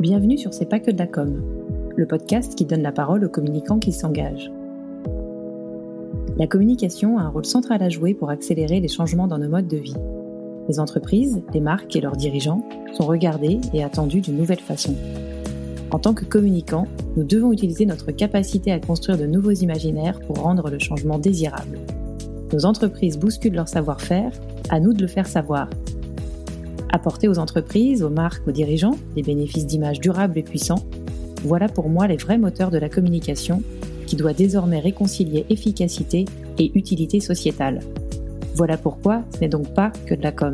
Bienvenue sur C'est pas que de la com, le podcast qui donne la parole aux communicants qui s'engagent. La communication a un rôle central à jouer pour accélérer les changements dans nos modes de vie. Les entreprises, les marques et leurs dirigeants sont regardés et attendus d'une nouvelle façon. En tant que communicants, nous devons utiliser notre capacité à construire de nouveaux imaginaires pour rendre le changement désirable. Nos entreprises bousculent leur savoir-faire, à nous de le faire savoir. Apporter aux entreprises, aux marques, aux dirigeants des bénéfices d'images durables et puissants, voilà pour moi les vrais moteurs de la communication qui doit désormais réconcilier efficacité et utilité sociétale. Voilà pourquoi ce n'est donc pas que de la com.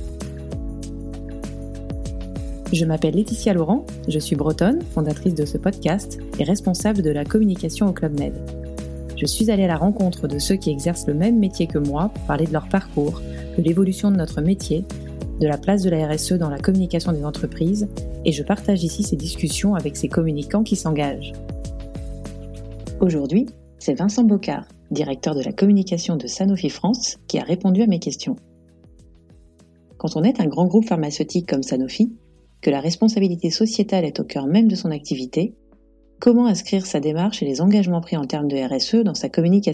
Je m'appelle Laetitia Laurent, je suis bretonne, fondatrice de ce podcast et responsable de la communication au Club Med. Je suis allée à la rencontre de ceux qui exercent le même métier que moi pour parler de leur parcours, de l'évolution de notre métier, de la place de la RSE dans la communication des entreprises, et je partage ici ces discussions avec ces communicants qui s'engagent. Aujourd'hui, c'est Vincent Bocard, directeur de la communication de Sanofi France, qui a répondu à mes questions. Quand on est un grand groupe pharmaceutique comme Sanofi, que la responsabilité sociétale est au cœur même de son activité, comment inscrire sa démarche et les engagements pris en termes de RSE dans sa communication ?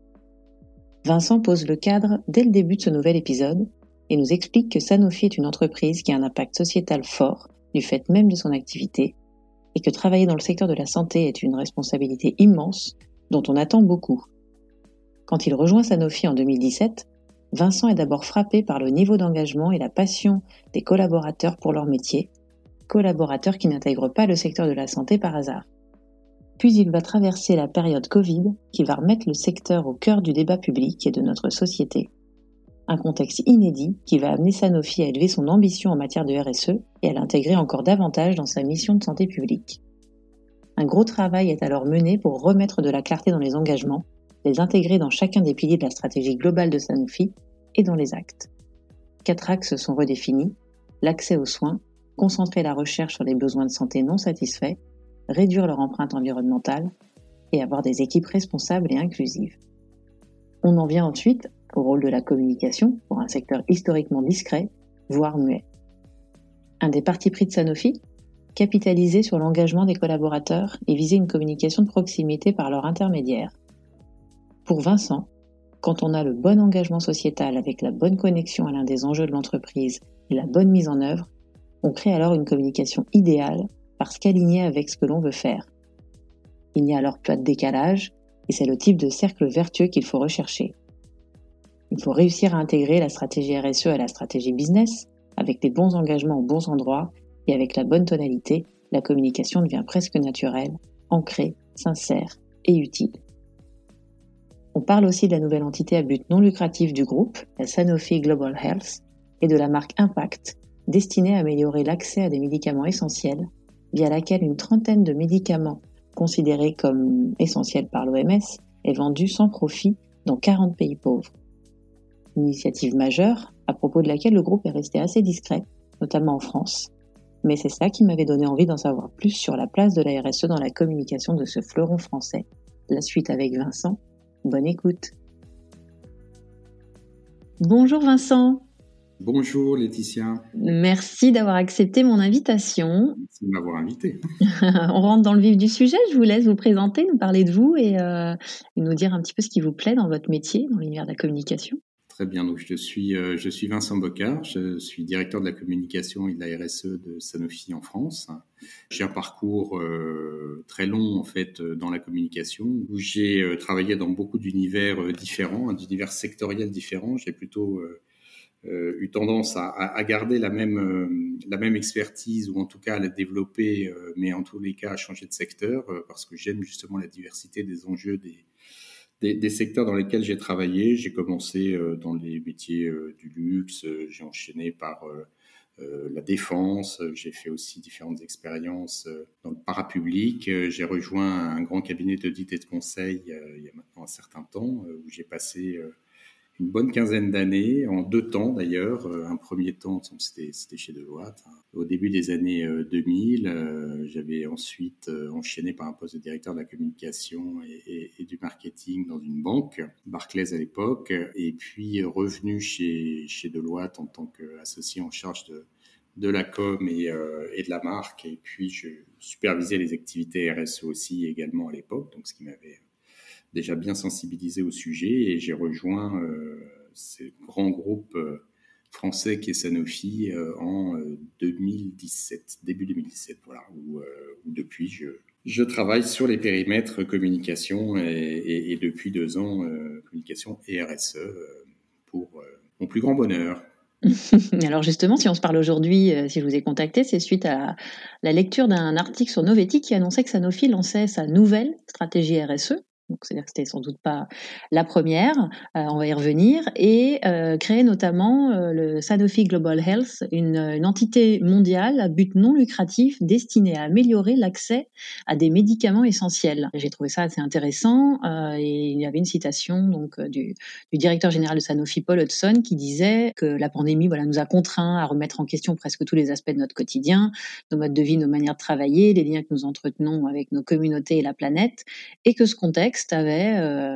Vincent pose le cadre dès le début de ce nouvel épisode et nous explique que Sanofi est une entreprise qui a un impact sociétal fort du fait même de son activité et que travailler dans le secteur de la santé est une responsabilité immense dont on attend beaucoup. Quand il rejoint Sanofi en 2017, Vincent est d'abord frappé par le niveau d'engagement et la passion des collaborateurs pour leur métier, collaborateurs qui n'intègrent pas le secteur de la santé par hasard. Puis il va traverser la période Covid qui va remettre le secteur au cœur du débat public et de notre société. Un contexte inédit qui va amener Sanofi à élever son ambition en matière de RSE et à l'intégrer encore davantage dans sa mission de santé publique. Un gros travail est alors mené pour remettre de la clarté dans les engagements, les intégrer dans chacun des piliers de la stratégie globale de Sanofi et dans les actes. 4 axes sont redéfinis: l'accès aux soins, concentrer la recherche sur les besoins de santé non satisfaits, réduire leur empreinte environnementale et avoir des équipes responsables et inclusives. On en vient ensuite au rôle de la communication pour un secteur historiquement discret, voire muet. Un des partis pris de Sanofi, capitaliser sur l'engagement des collaborateurs et viser une communication de proximité par leur intermédiaire. Pour Vincent, quand on a le bon engagement sociétal avec la bonne connexion à l'un des enjeux de l'entreprise et la bonne mise en œuvre, on crée alors une communication idéale parce qu'alignée avec ce que l'on veut faire. Il n'y a alors pas de décalage et c'est le type de cercle vertueux qu'il faut rechercher. Il faut réussir à intégrer la stratégie RSE à la stratégie business, avec les bons engagements aux bons endroits et avec la bonne tonalité, la communication devient presque naturelle, ancrée, sincère et utile. On parle aussi de la nouvelle entité à but non lucratif du groupe, la Sanofi Global Health, et de la marque Impact, destinée à améliorer l'accès à des médicaments essentiels, via laquelle une trentaine de médicaments considérés comme essentiels par l'OMS est vendue sans profit dans 40 pays pauvres. Une initiative majeure, à propos de laquelle le groupe est resté assez discret, notamment en France. Mais c'est ça qui m'avait donné envie d'en savoir plus sur la place de la RSE dans la communication de ce fleuron français. La suite avec Vincent. Bonne écoute. Bonjour Vincent. Bonjour Laetitia. Merci d'avoir accepté mon invitation. Merci de m'avoir invité. On rentre dans le vif du sujet. Je vous laisse vous présenter, nous parler de vous et nous dire un petit peu ce qui vous plaît dans votre métier, dans l'univers de la communication. Très bien, donc je suis Vincent Bocard, je suis directeur de la communication et de la RSE de Sanofi en France. J'ai un parcours très long en fait dans la communication où j'ai travaillé dans beaucoup d'univers différents, d'univers sectoriels différents. J'ai plutôt eu tendance à garder la même expertise ou en tout cas à la développer, mais en tous les cas à changer de secteur parce que j'aime justement la diversité des enjeux des secteurs dans lesquels j'ai travaillé. J'ai commencé dans les métiers du luxe, j'ai enchaîné par la défense, j'ai fait aussi différentes expériences dans le parapublic. J'ai rejoint un grand cabinet d'audit et de conseil il y a maintenant un certain temps, où j'ai passé une bonne quinzaine d'années, en 2 temps d'ailleurs. Un premier temps, c'était chez Deloitte. Au début des années 2000, j'avais ensuite enchaîné par un poste de directeur de la communication et du marketing dans une banque, Barclays à l'époque, et puis revenu chez Deloitte en tant qu'associé en charge de la com et de la marque. Et puis, je supervisais les activités RSE aussi également à l'époque, donc ce qui m'avait déjà bien sensibilisé au sujet. Et j'ai rejoint ce grand groupe français qui est Sanofi en 2017, début 2017, voilà, où depuis je travaille sur les périmètres communication et depuis 2 ans, communication et RSE pour mon plus grand bonheur. Alors justement, si on se parle aujourd'hui, si je vous ai contacté, c'est suite à la lecture d'un article sur Novetti qui annonçait que Sanofi lançait sa nouvelle stratégie RSE. Donc c'est-à-dire que c'était sans doute pas la première, on va y revenir, et créer notamment le Sanofi Global Health, une entité mondiale à but non lucratif destinée à améliorer l'accès à des médicaments essentiels. J'ai trouvé ça assez intéressant, et il y avait une citation donc du directeur général de Sanofi, Paul Hudson, qui disait que la pandémie nous a contraints à remettre en question presque tous les aspects de notre quotidien, nos modes de vie, nos manières de travailler, les liens que nous entretenons avec nos communautés et la planète, et que ce contexte avait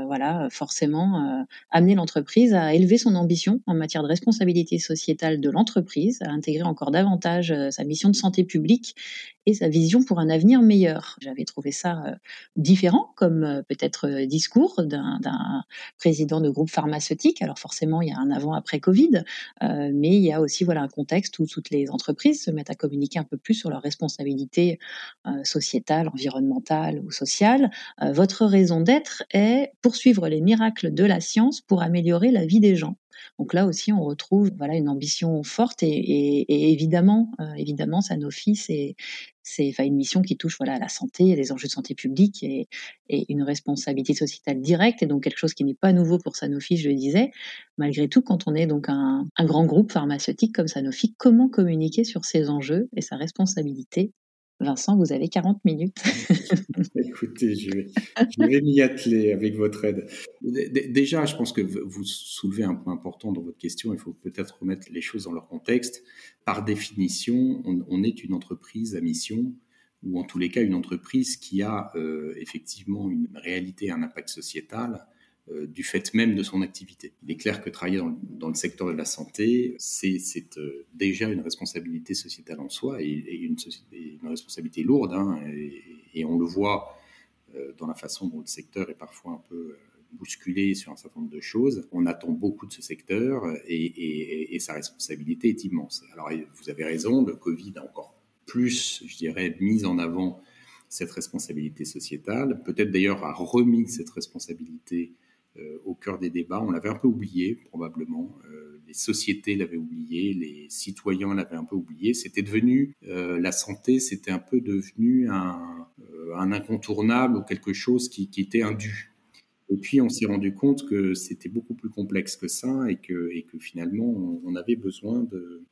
forcément amené l'entreprise à élever son ambition en matière de responsabilité sociétale de l'entreprise, à intégrer encore davantage sa mission de santé publique et sa vision pour un avenir meilleur. J'avais trouvé ça différent comme peut-être discours d'un président de groupe pharmaceutique. Alors forcément, il y a un avant-après Covid, mais il y a aussi un contexte où toutes les entreprises se mettent à communiquer un peu plus sur leurs responsabilités sociétales, environnementales ou sociales. Votre raison d'être est poursuivre les miracles de la science pour améliorer la vie des gens. Donc là aussi, on retrouve une ambition forte et évidemment, Sanofi, c'est une mission qui touche à la santé, les enjeux de santé publique et une responsabilité sociétale directe, et donc quelque chose qui n'est pas nouveau pour Sanofi, je le disais. Malgré tout, quand on est donc un grand groupe pharmaceutique comme Sanofi, comment communiquer sur ces enjeux et sa responsabilité? Vincent, vous avez 40 minutes. Écoutez, je vais m'y atteler avec votre aide. Déjà, je pense que vous soulevez un point important dans votre question. Il faut peut-être remettre les choses dans leur contexte. Par définition, on est une entreprise à mission, ou en tous les cas une entreprise qui a effectivement une réalité, un impact sociétal du fait même de son activité. Il est clair que travailler dans le secteur de la santé, c'est déjà une responsabilité sociétale en soi, et une responsabilité lourde, hein, et on le voit dans la façon dont le secteur est parfois un peu bousculé sur un certain nombre de choses. On attend beaucoup de ce secteur et sa responsabilité est immense. Alors vous avez raison, le Covid a encore plus, je dirais, mis en avant cette responsabilité sociétale, peut-être d'ailleurs a remis cette responsabilité au cœur des débats. On l'avait un peu oublié, probablement. Les sociétés l'avaient oublié, les citoyens l'avaient un peu oublié. C'était devenu, la santé, c'était un peu devenu un incontournable ou quelque chose qui était un dû. Et puis, on s'est rendu compte que c'était beaucoup plus complexe que ça et que finalement, on avait besoin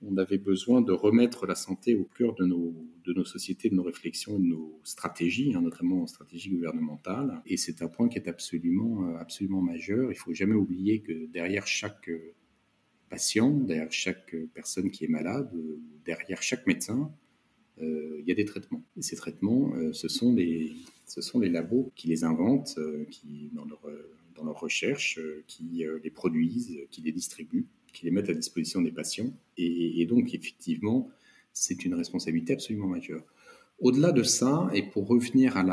de remettre la santé au cœur de nos sociétés, de nos réflexions et de nos stratégies, hein, notamment en stratégie gouvernementale. Et c'est un point qui est absolument majeur. Il ne faut jamais oublier que derrière chaque patient, derrière chaque personne qui est malade, derrière chaque médecin, il y a des traitements. Et ces traitements, ce sont les labos qui les inventent, qui dans leur recherche, qui les produisent, qui les distribuent, qui les mettent à disposition des patients. Et donc, effectivement, c'est une responsabilité absolument majeure. Au-delà de ça, et pour revenir à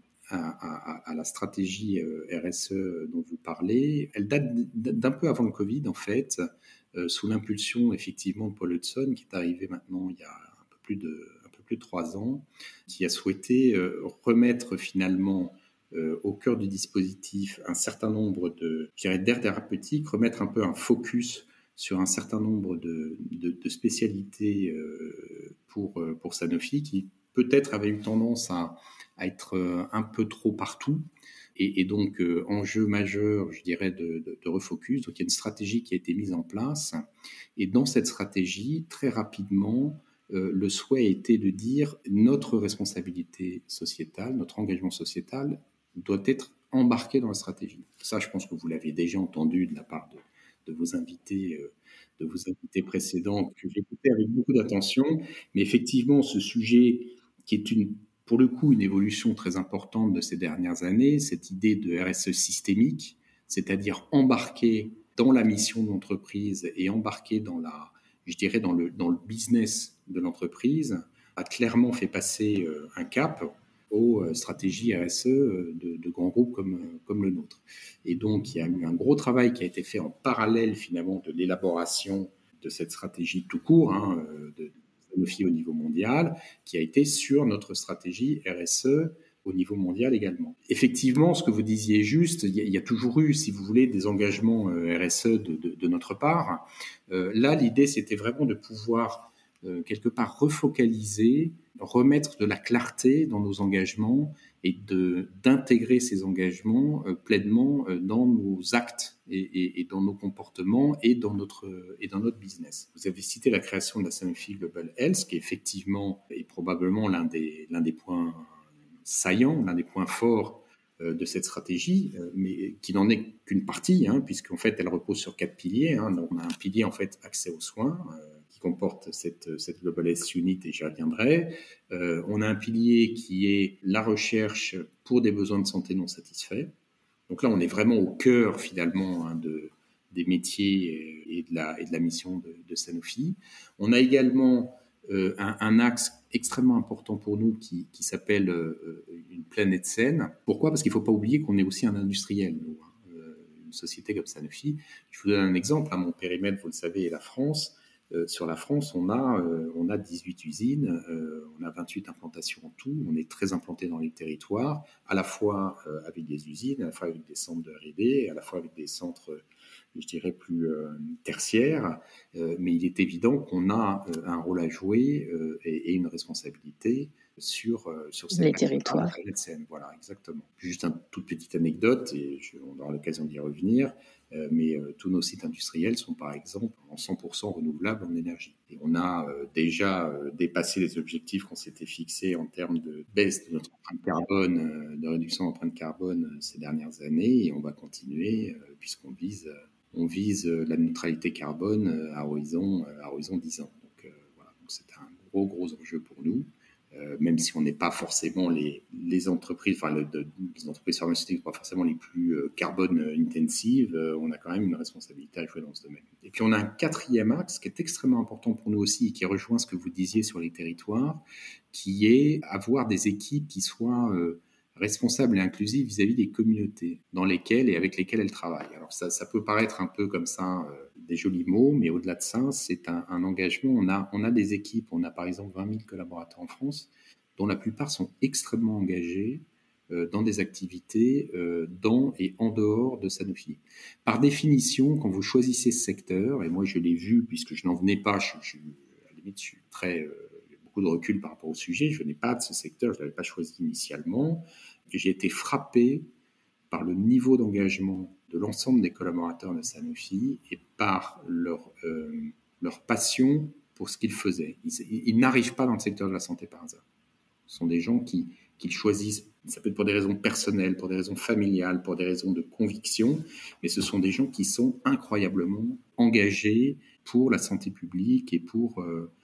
la stratégie RSE dont vous parlez, elle date d'un peu avant le Covid, en fait, sous l'impulsion, effectivement, de Paul Hudson, qui est arrivé maintenant il y a un peu plus de 3 ans, qui a souhaité remettre finalement au cœur du dispositif un certain nombre d'aires thérapeutiques, remettre un peu un focus sur un certain nombre de spécialités pour Sanofi, qui peut-être avait eu tendance à être un peu trop partout, et donc enjeu majeur, je dirais, de refocus. Donc il y a une stratégie qui a été mise en place, et dans cette stratégie, très rapidement, le souhait était de dire notre responsabilité sociétale, notre engagement sociétal doit être embarqué dans la stratégie. Ça, je pense que vous l'avez déjà entendu de la part de vos invités précédents, que j'ai écouté avec beaucoup d'attention. Mais effectivement, ce sujet qui est pour le coup une évolution très importante de ces dernières années, cette idée de RSE systémique, c'est-à-dire embarquer dans la mission de l'entreprise et embarquer dans la je dirais, dans le business de l'entreprise, a clairement fait passer un cap aux stratégies RSE de grands groupes comme le nôtre. Et donc, il y a eu un gros travail qui a été fait en parallèle, finalement, de l'élaboration de cette stratégie tout court, de Sanofi au niveau mondial, qui a été sur notre stratégie RSE au niveau mondial également. Effectivement, ce que vous disiez est juste, il y a toujours eu, si vous voulez, des engagements RSE de notre part. Là, l'idée, c'était vraiment de pouvoir, quelque part, refocaliser, remettre de la clarté dans nos engagements et d'intégrer ces engagements pleinement dans nos actes et dans nos comportements et dans notre business. Vous avez cité la création de la Sanofi Global Health, qui effectivement est probablement l'un des points saillants, l'un des points forts de cette stratégie, mais qui n'en est qu'une partie, puisqu'en fait, elle repose sur 4 piliers. Donc, on a un pilier, en fait, accès aux soins, qui comporte cette Global Health Unit, et j'y reviendrai. On a un pilier qui est la recherche pour des besoins de santé non satisfaits. Donc là, on est vraiment au cœur, finalement, des métiers et de la mission de Sanofi. On a également un axe extrêmement important pour nous qui s'appelle une planète saine. Pourquoi ? Parce qu'il ne faut pas oublier qu'on est aussi un industriel, nous, une société comme Sanofi. Je vous donne un exemple. Mon périmètre, vous le savez, est la France. Sur la France, on a 18 usines, on a 28 implantations en tout. On est très implanté dans les territoires, à la fois avec des usines, à la fois avec des centres de R&D, à la fois avec des centres, je dirais, plus tertiaires. Mais il est évident qu'on a un rôle à jouer et une responsabilité sur cette les territoires. Voilà, exactement. Juste une toute petite anecdote, et on aura l'occasion d'y revenir. Mais tous nos sites industriels sont par exemple en 100% renouvelables en énergie. Et on a déjà dépassé les objectifs qu'on s'était fixés en termes de baisse de notre empreinte carbone, de réduction de l'empreinte carbone ces dernières années, et on va continuer puisqu'on vise la neutralité carbone à horizon 10 ans. Donc voilà, donc c'est un gros enjeu pour nous. Même si on n'est pas forcément les entreprises, les entreprises pharmaceutiques, pas forcément les plus carbone intensives, on a quand même une responsabilité à jouer dans ce domaine. Et puis on a un 4e axe qui est extrêmement important pour nous aussi et qui rejoint ce que vous disiez sur les territoires, qui est avoir des équipes qui soient responsables et inclusives vis-à-vis des communautés dans lesquelles et avec lesquelles elles travaillent. Alors ça peut paraître un peu comme ça des jolis mots, mais au-delà de ça, c'est un engagement. On a des équipes, on a par exemple 20 000 collaborateurs en France, dont la plupart sont extrêmement engagés dans des activités dans et en dehors de Sanofi. Par définition, quand vous choisissez ce secteur, et moi je l'ai vu puisque je n'en venais pas, à la limite je suis très... j'ai beaucoup de recul par rapport au sujet, je n'ai pas de ce secteur, je ne l'avais pas choisi initialement, et j'ai été frappé par le niveau d'engagement de l'ensemble des collaborateurs de Sanofi et par leur passion pour ce qu'ils faisaient. Ils n'arrivent pas dans le secteur de la santé par hasard. Ce sont des gens qui choisissent, ça peut être pour des raisons personnelles, pour des raisons familiales, pour des raisons de conviction, mais ce sont des gens qui sont incroyablement engagés pour la santé publique et pour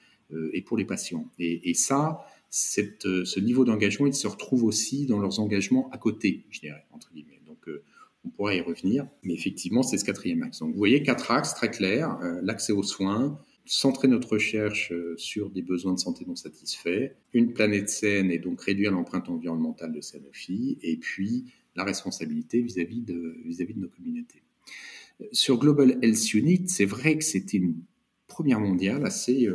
les patients. Et ça, ce niveau d'engagement, il se retrouve aussi dans leurs engagements à côté, je dirais, entre guillemets. Donc, on pourra y revenir, mais effectivement, c'est ce 4e axe. Donc, vous voyez 4 axes très clairs, l'accès aux soins, centrer notre recherche sur des besoins de santé non satisfaits, une planète saine et donc réduire l'empreinte environnementale de Sanofi, et puis la responsabilité vis-à-vis de nos communautés. Sur Global Health Unit, c'est vrai que c'était une première mondiale,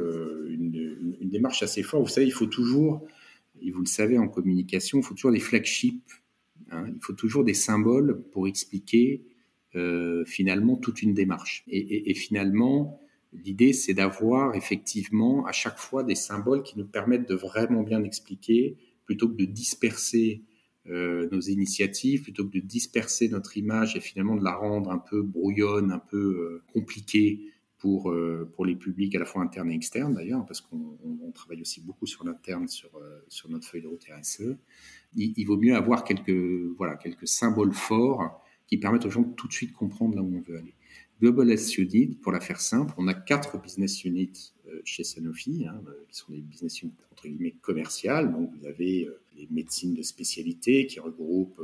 une démarche assez forte. Vous savez, il faut toujours, et vous le savez en communication, il faut toujours des flagships, il faut toujours des symboles pour expliquer finalement toute une démarche. Et finalement, l'idée, c'est d'avoir effectivement à chaque fois des symboles qui nous permettent de vraiment bien expliquer, plutôt que de disperser nos initiatives, plutôt que de disperser notre image et finalement de la rendre un peu brouillonne, un peu compliquée pour les publics à la fois internes et externes d'ailleurs, parce qu'on travaille aussi beaucoup sur l'interne, sur notre feuille de route RSE. Il vaut mieux avoir quelques symboles forts qui permettent aux gens de tout de suite comprendre là où on veut aller. Global Health Unit, pour la faire simple, on a 4 business units chez Sanofi, qui sont des business units entre guillemets commerciales. Donc vous avez les médecines de spécialité qui regroupent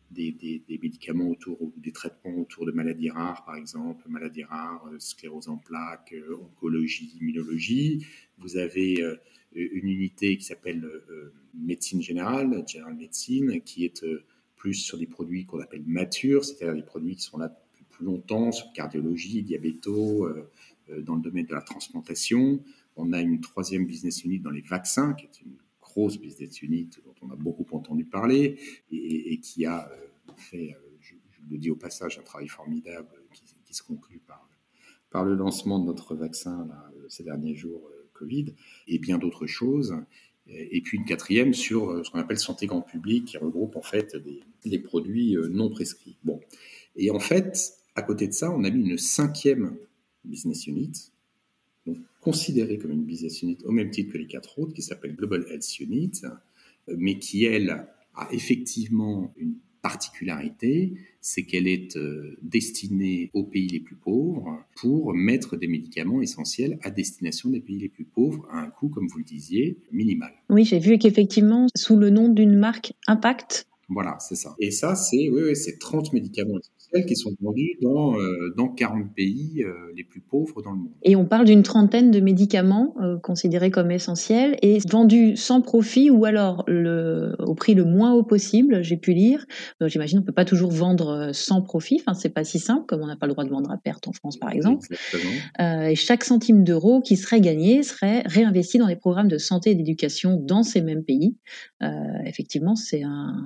des médicaments autour, des traitements autour de maladies rares, par exemple, maladies rares, sclérose en plaques, oncologie, immunologie. Vous avez une unité qui s'appelle médecine générale, General Medicine, qui est plus sur des produits qu'on appelle matures, c'est-à-dire des produits qui sont là depuis plus longtemps, sur cardiologie, diabéto, dans le domaine de la transplantation. On a une troisième business unit dans les vaccins, qui est une grosse business unit dont on a beaucoup entendu parler et qui a fait, je le dis au passage, un travail formidable qui se conclut par le lancement de notre vaccin là, ces derniers jours Covid, et bien d'autres choses. Et puis une quatrième sur ce qu'on appelle santé grand public, qui regroupe en fait des produits non prescrits. Bon. Et en fait, à côté de ça, on a mis une cinquième business unit, donc considérée comme une business unit au même titre que les 4 autres, qui s'appelle Global Health Unit, mais qui, elle, a effectivement une particularité, c'est qu'elle est destinée aux pays les plus pauvres pour mettre des médicaments essentiels à destination des pays les plus pauvres à un coût, comme vous le disiez, minimal. Oui, j'ai vu qu'effectivement, sous le nom d'une marque Impact. Voilà, c'est ça. Et ça, c'est 30 médicaments essentiels qui sont vendus dans 40 pays les plus pauvres dans le monde. Et on parle d'une trentaine de médicaments considérés comme essentiels et vendus sans profit ou alors au prix le moins haut possible, j'ai pu lire. J'imagine qu'on ne peut pas toujours vendre sans profit, enfin, c'est pas si simple, comme on n'a pas le droit de vendre à perte en France par exemple. Exactement. Et chaque centime d'euro qui serait gagné serait réinvesti dans des programmes de santé et d'éducation dans ces mêmes pays. Effectivement, c'est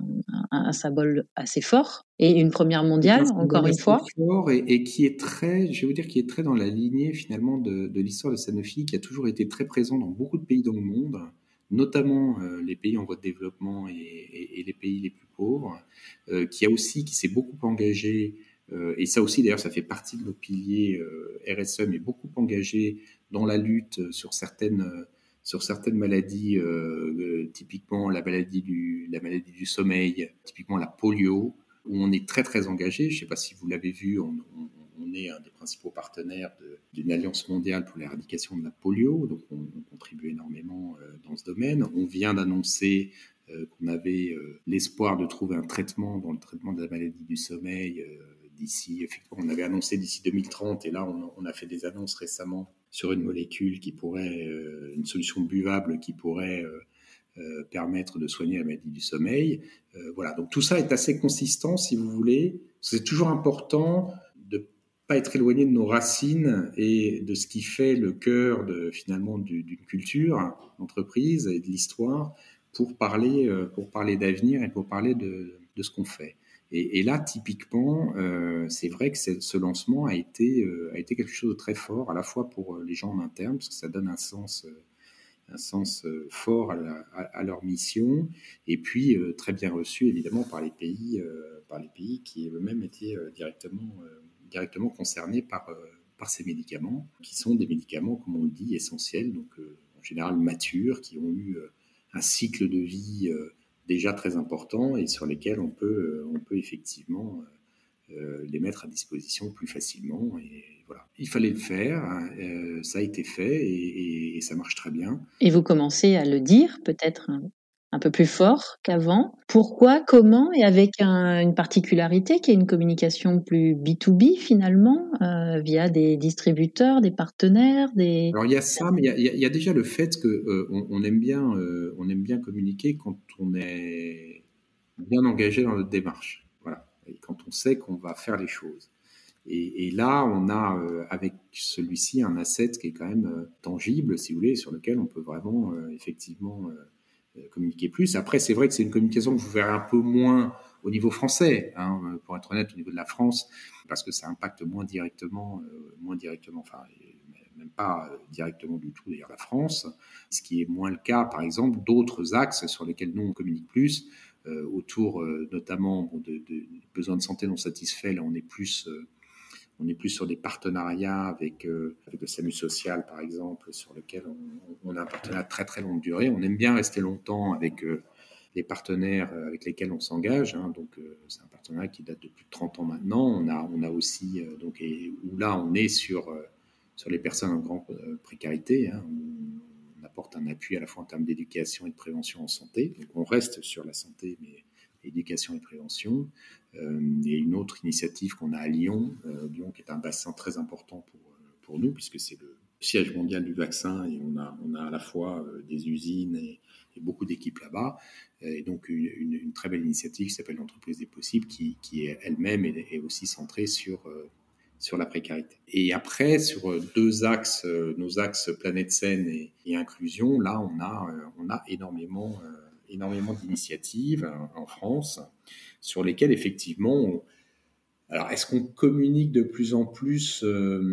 un symbole assez fort et une première mondiale, encore une fois. Fort et qui est très, je vais vous dire, qui est très dans la lignée finalement de l'histoire de Sanofi, qui a toujours été très présent dans beaucoup de pays dans le monde, notamment les pays en voie de développement et les pays les plus pauvres, qui s'est beaucoup engagé, et ça aussi d'ailleurs ça fait partie de nos piliers RSE, mais beaucoup engagé dans la lutte sur certaines maladies, typiquement la maladie du sommeil, typiquement la polio, où on est très très engagé. Je ne sais pas si vous l'avez vu, on est un des principaux partenaires d'une alliance mondiale pour l'éradication de la polio, donc on contribue énormément dans ce domaine. On vient d'annoncer qu'on avait l'espoir de trouver un traitement dans le traitement de la maladie du sommeil d'ici, effectivement, on avait annoncé d'ici 2030, et là on a fait des annonces récemment sur une molécule qui pourrait, une solution buvable qui pourrait permettre de soigner la maladie du sommeil. Voilà, donc tout ça est assez consistant, si vous voulez. C'est toujours important de ne pas être éloigné de nos racines et de ce qui fait le cœur finalement d'une culture, d'entreprise et de l'histoire pour parler d'avenir et pour parler de ce qu'on fait. Et là, typiquement, c'est vrai que ce lancement a été quelque chose de très fort, à la fois pour les gens en interne, parce que ça donne un sens fort à leur mission, et puis très bien reçu évidemment par les pays qui eux-mêmes étaient directement concernés par ces médicaments, qui sont des médicaments, comme on le dit, essentiels, donc en général matures, qui ont eu un cycle de vie déjà très important et sur lesquels on peut effectivement les mettre à disposition plus facilement. Et voilà, il fallait le faire, ça a été fait et ça marche très bien. Et vous commencez à le dire, peut-être un peu plus fort qu'avant. Pourquoi, comment, et avec une particularité qui est une communication plus B2B finalement, via des distributeurs, des partenaires, des... Alors il y a ça, mais il y a déjà le fait que on aime bien communiquer quand on est bien engagé dans notre démarche. Voilà, et quand on sait qu'on va faire les choses. Et là, on a avec celui-ci un asset qui est quand même tangible, si vous voulez, sur lequel on peut vraiment effectivement communiquer plus. Après, c'est vrai que c'est une communication que vous verrez un peu moins au niveau français, hein, pour être honnête, au niveau de la France, parce que ça impacte moins directement, enfin, même pas directement du tout d'ailleurs la France, ce qui est moins le cas, par exemple, d'autres axes sur lesquels nous on communique plus, autour notamment de besoins de santé non satisfaits. Là, on est plus sur des partenariats avec le SAMU social, par exemple, sur lequel on a un partenariat de très très longue durée. On aime bien rester longtemps avec les partenaires avec lesquels on s'engage. Hein. Donc, c'est un partenariat qui date de plus de 30 ans maintenant. On a aussi, où là, on est sur les personnes en grande précarité. Hein. On apporte un appui à la fois en termes d'éducation et de prévention en santé. Donc, on reste sur la santé, mais éducation et prévention. Et une autre initiative qu'on a à Lyon, Lyon qui est un bassin très important pour nous, puisque c'est le siège mondial du vaccin, et on a à la fois des usines et beaucoup d'équipes là-bas, et donc une très belle initiative qui s'appelle l'entreprise des possibles, qui est elle-même est aussi centrée sur la précarité. Et après, sur deux axes, nos axes planète saine et inclusion, là on a énormément d'initiatives en France sur lesquelles effectivement alors, est-ce qu'on communique de plus en plus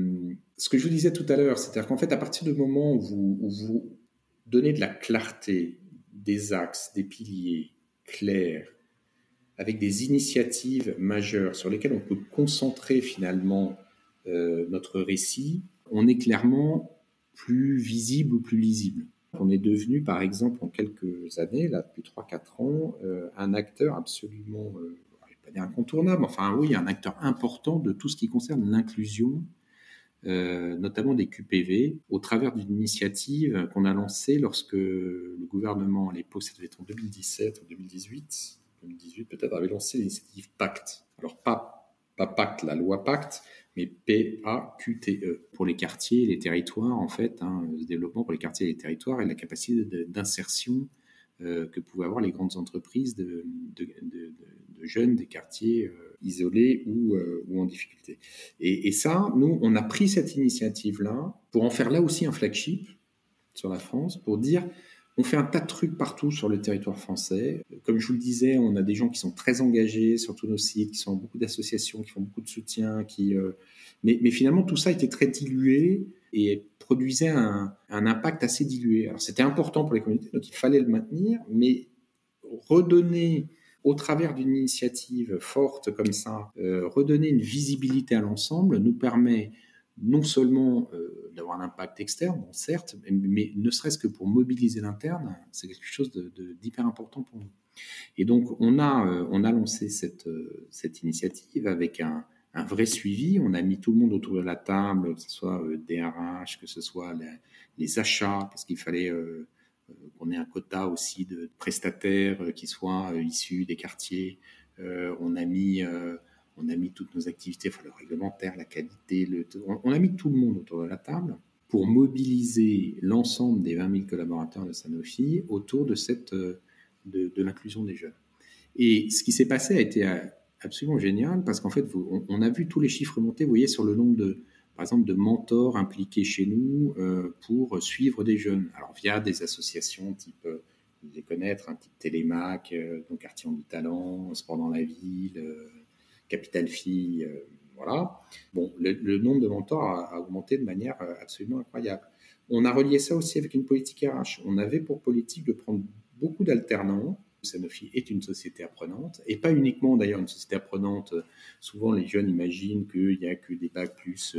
ce que je vous disais tout à l'heure, c'est-à-dire qu'en fait, à partir du moment où vous donnez de la clarté, des axes, des piliers clairs, avec des initiatives majeures sur lesquelles on peut concentrer finalement notre récit, on est clairement plus visible ou plus lisible. On est devenu, par exemple, en quelques années, là, depuis 3-4 ans, un acteur absolument... pas dire incontournable, enfin oui, un acteur important de tout ce qui concerne l'inclusion, notamment des QPV, au travers d'une initiative qu'on a lancée lorsque le gouvernement, à l'époque, ça devait être en 2017 ou 2018 peut-être, avait lancé l'initiative Pacte. Alors pas Pacte, la loi Pacte, mais P-A-Q-T-E, pour les quartiers et les territoires, en fait, le développement pour les quartiers et les territoires et la capacité d'insertion que pouvaient avoir les grandes entreprises de jeunes des quartiers isolés ou en difficulté. Et ça, nous, on a pris cette initiative-là pour en faire là aussi un flagship sur la France, pour dire, on fait un tas de trucs partout sur le territoire français. Comme je vous le disais, on a des gens qui sont très engagés sur tous nos sites, qui sont beaucoup d'associations, qui font beaucoup de soutien, mais finalement, tout ça était très dilué et produisait un impact assez dilué. Alors, c'était important pour les communautés, donc il fallait le maintenir, mais redonner, au travers d'une initiative forte comme ça, redonner une visibilité à l'ensemble nous permet non seulement d'avoir un impact externe, bon, certes, mais ne serait-ce que pour mobiliser l'interne, c'est quelque chose d'hyper important pour nous. Et donc, on a lancé cette initiative avec un vrai suivi. On a mis tout le monde autour de la table, que ce soit DRH, que ce soit les achats, parce qu'il fallait qu'on ait un quota aussi de prestataires qui soient issus des quartiers. On a mis toutes nos activités, le réglementaire, la qualité, on a mis tout le monde autour de la table pour mobiliser l'ensemble des 20 000 collaborateurs de Sanofi autour de l'inclusion des jeunes. Et ce qui s'est passé a été absolument génial, parce qu'en fait, on a vu tous les chiffres monter, vous voyez, sur le nombre par exemple, de mentors impliqués chez nous pour suivre des jeunes. Alors, via des associations type, vous devez connaître, type Télémac, donc Quartier en du Talent, Sport dans la ville, Capital Fille, voilà. Bon, le nombre de mentors a augmenté de manière absolument incroyable. On a relié ça aussi avec une politique RH. On avait pour politique de prendre beaucoup d'alternants. Sanofi est une société apprenante, et pas uniquement d'ailleurs une société apprenante. Souvent, les jeunes imaginent qu'il n'y a que des bacs plus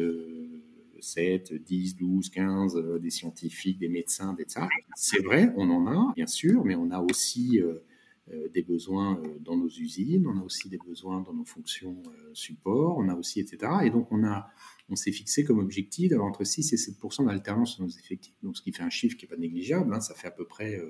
7, 10, 12, 15, des scientifiques, des médecins, etc. C'est vrai, on en a, bien sûr, mais on a aussi des besoins dans nos usines, on a aussi des besoins dans nos fonctions support, on a aussi, etc. Et donc, on s'est fixé comme objectif d'avoir entre 6 et 7% d'alternance sur nos effectifs, donc ce qui fait un chiffre qui n'est pas négligeable, ça fait à peu près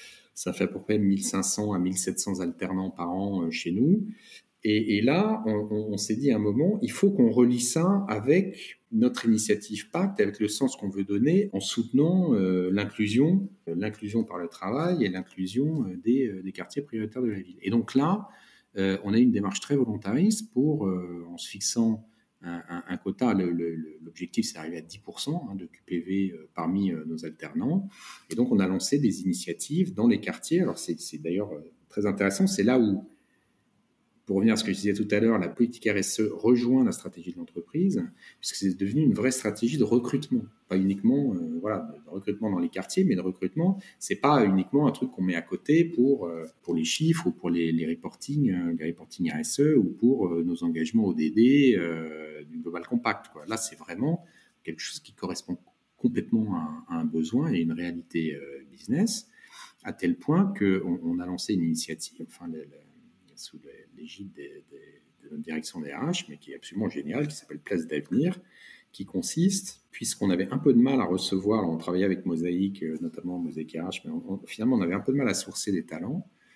1500 à 1700 alternants par an chez nous. Et là, on s'est dit à un moment, il faut qu'on relie ça avec notre initiative Pacte, avec le sens qu'on veut donner en soutenant l'inclusion par le travail et l'inclusion des quartiers prioritaires de la ville. Et donc là, on a eu une démarche très volontariste en se fixant un quota. L'objectif, c'est d'arriver à 10% de QPV parmi nos alternants. Et donc, on a lancé des initiatives dans les quartiers. Alors, c'est d'ailleurs très intéressant. C'est là où, pour revenir à ce que je disais tout à l'heure, la politique RSE rejoint la stratégie de l'entreprise, puisque c'est devenu une vraie stratégie de recrutement. Pas uniquement de recrutement dans les quartiers, mais de recrutement, c'est pas uniquement un truc qu'on met à côté pour les chiffres ou pour les reporting RSE ou pour nos engagements ODD du Global Compact, quoi. Là, c'est vraiment quelque chose qui correspond complètement à un besoin et une réalité business, à tel point qu'on a lancé une initiative, sous l'égide de notre direction des RH, mais qui est absolument géniale, qui s'appelle Place d'avenir, qui consiste, puisqu'on avait un peu de mal à recevoir, on travaillait avec Mosaïque, notamment Mosaïque RH, mais finalement on avait un peu de mal à sourcer des talents,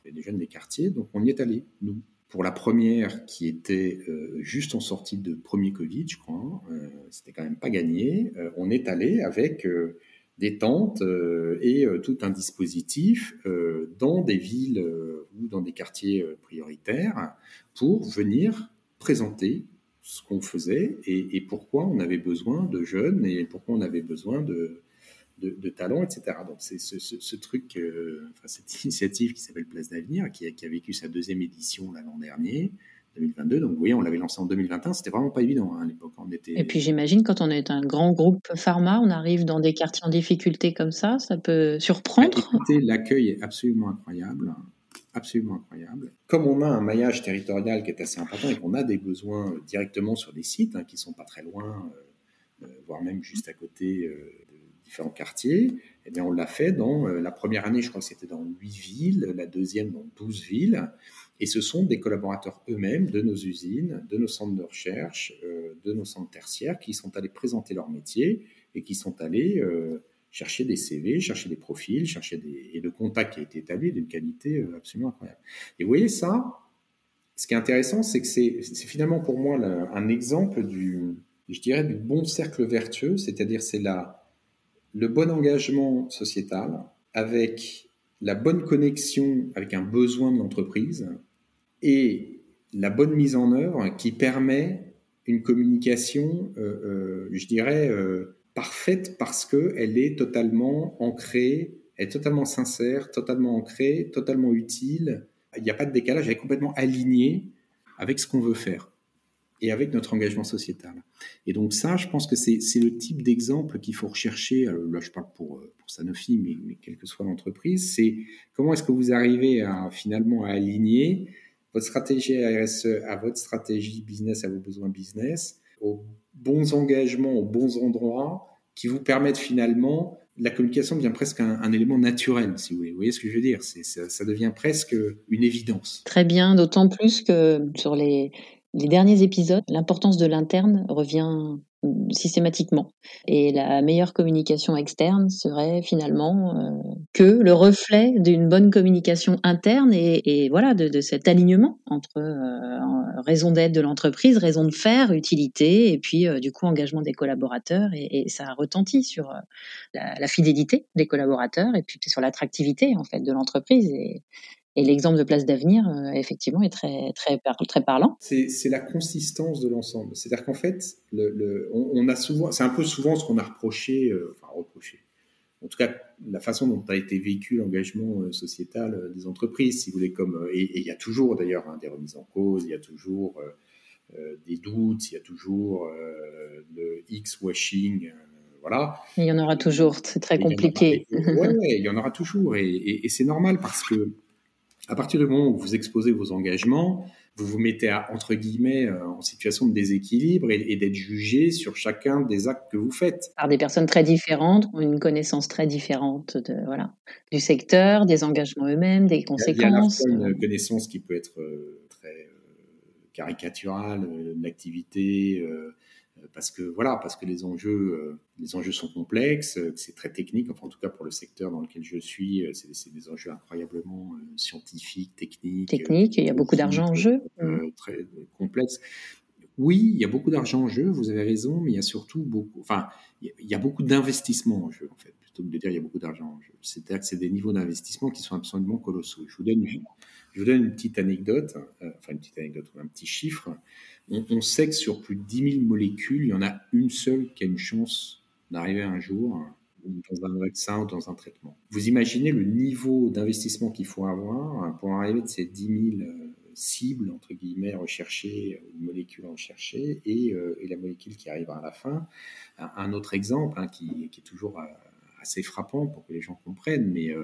des jeunes des quartiers. Donc on y est allé, nous. Pour la première, qui était juste en sortie de premier Covid, je crois, c'était quand même pas gagné, on est allé avec des tentes et tout un dispositif dans des villes ou dans des quartiers prioritaires pour venir présenter ce qu'on faisait et pourquoi on avait besoin de jeunes et pourquoi on avait besoin de talents, etc. Donc c'est ce truc, cette initiative qui s'appelle Place d'Avenir, qui a vécu sa deuxième édition l'an dernier, 2022. Donc vous voyez, on l'avait lancé en 2021, c'était vraiment pas évident à l'époque. Et puis j'imagine, quand on est un grand groupe pharma, on arrive dans des quartiers en difficulté comme ça peut surprendre. Écoutez, l'accueil est absolument incroyable. Absolument incroyable. Comme on a un maillage territorial qui est assez important et qu'on a des besoins directement sur des sites qui ne sont pas très loin, voire même juste à côté de différents quartiers, eh bien on l'a fait dans la première année, je crois que c'était dans 8 villes, la deuxième dans 12 villes, et ce sont des collaborateurs eux-mêmes de nos usines, de nos centres de recherche, de nos centres tertiaires qui sont allés présenter leur métier et qui sont allés chercher des CV, chercher des profils, et le contact qui a été établi d'une qualité absolument incroyable. Et vous voyez ça, ce qui est intéressant, c'est que c'est finalement pour moi un exemple du bon cercle vertueux, c'est-à-dire c'est le bon engagement sociétal avec la bonne connexion avec un besoin de l'entreprise et la bonne mise en œuvre qui permet une communication, parfaite parce qu'elle est totalement ancrée, elle est totalement sincère, totalement ancrée, totalement utile. Il n'y a pas de décalage, elle est complètement alignée avec ce qu'on veut faire et avec notre engagement sociétal. Et donc ça, je pense que c'est le type d'exemple qu'il faut rechercher. Alors là, je parle pour Sanofi, mais quelle que soit l'entreprise, c'est comment est-ce que vous arrivez finalement à aligner votre stratégie RSE à votre stratégie business, à vos besoins business, aux bons engagements, aux bons endroits qui vous permettent finalement, la communication devient presque un élément naturel, si vous voulez. Vous voyez ce que je veux dire ? Ça devient presque une évidence. Très bien, d'autant plus que sur les derniers épisodes, l'importance de l'interne revient systématiquement. Et la meilleure communication externe serait finalement que le reflet d'une bonne communication interne et voilà de cet alignement entre raison d'être de l'entreprise, raison de faire, utilité et puis du coup engagement des collaborateurs et ça retentit sur la fidélité des collaborateurs et puis sur l'attractivité en fait de l'entreprise et l'exemple de Place d'Avenir, effectivement, est très, très, très parlant. C'est la consistance de l'ensemble. C'est-à-dire qu'en fait, on a souvent, c'est un peu souvent ce qu'on a reproché. En tout cas, la façon dont a été vécu l'engagement sociétal des entreprises, si vous voulez, et il y a toujours d'ailleurs des remises en cause, il y a toujours des doutes, il y a toujours le X-washing. Voilà. Et il y en aura toujours, c'est très compliqué. Oui, il y en aura toujours. Et c'est normal parce que à partir du moment où vous exposez vos engagements, vous vous mettez entre guillemets en situation de déséquilibre et d'être jugé sur chacun des actes que vous faites. Par des personnes très différentes, qui ont une connaissance très différente du secteur, des engagements eux-mêmes, des conséquences. Il y a à la fois une connaissance qui peut être très caricaturale de l'activité, parce que les enjeux sont complexes, c'est très technique, enfin en tout cas pour le secteur dans lequel je suis, c'est des enjeux incroyablement scientifiques, techniques. Il y a beaucoup d'argent en jeu. Très complexes. Oui, il y a beaucoup d'argent en jeu, vous avez raison, mais il y a surtout il y a beaucoup d'investissements en jeu, en fait, plutôt que de dire il y a beaucoup d'argent en jeu. C'est-à-dire que c'est des niveaux d'investissement qui sont absolument colossaux. Je vous donne une petite anecdote, ou un petit chiffre. On sait que sur plus de 10 000 molécules, il y en a une seule qui a une chance d'arriver un jour dans un vaccin ou dans un traitement. Vous imaginez le niveau d'investissement qu'il faut avoir pour arriver de ces 10 000 cibles, entre guillemets, recherchées, une molécule recherchée, et la molécule qui arrivera à la fin. Un autre exemple qui est toujours assez frappant pour que les gens comprennent, mais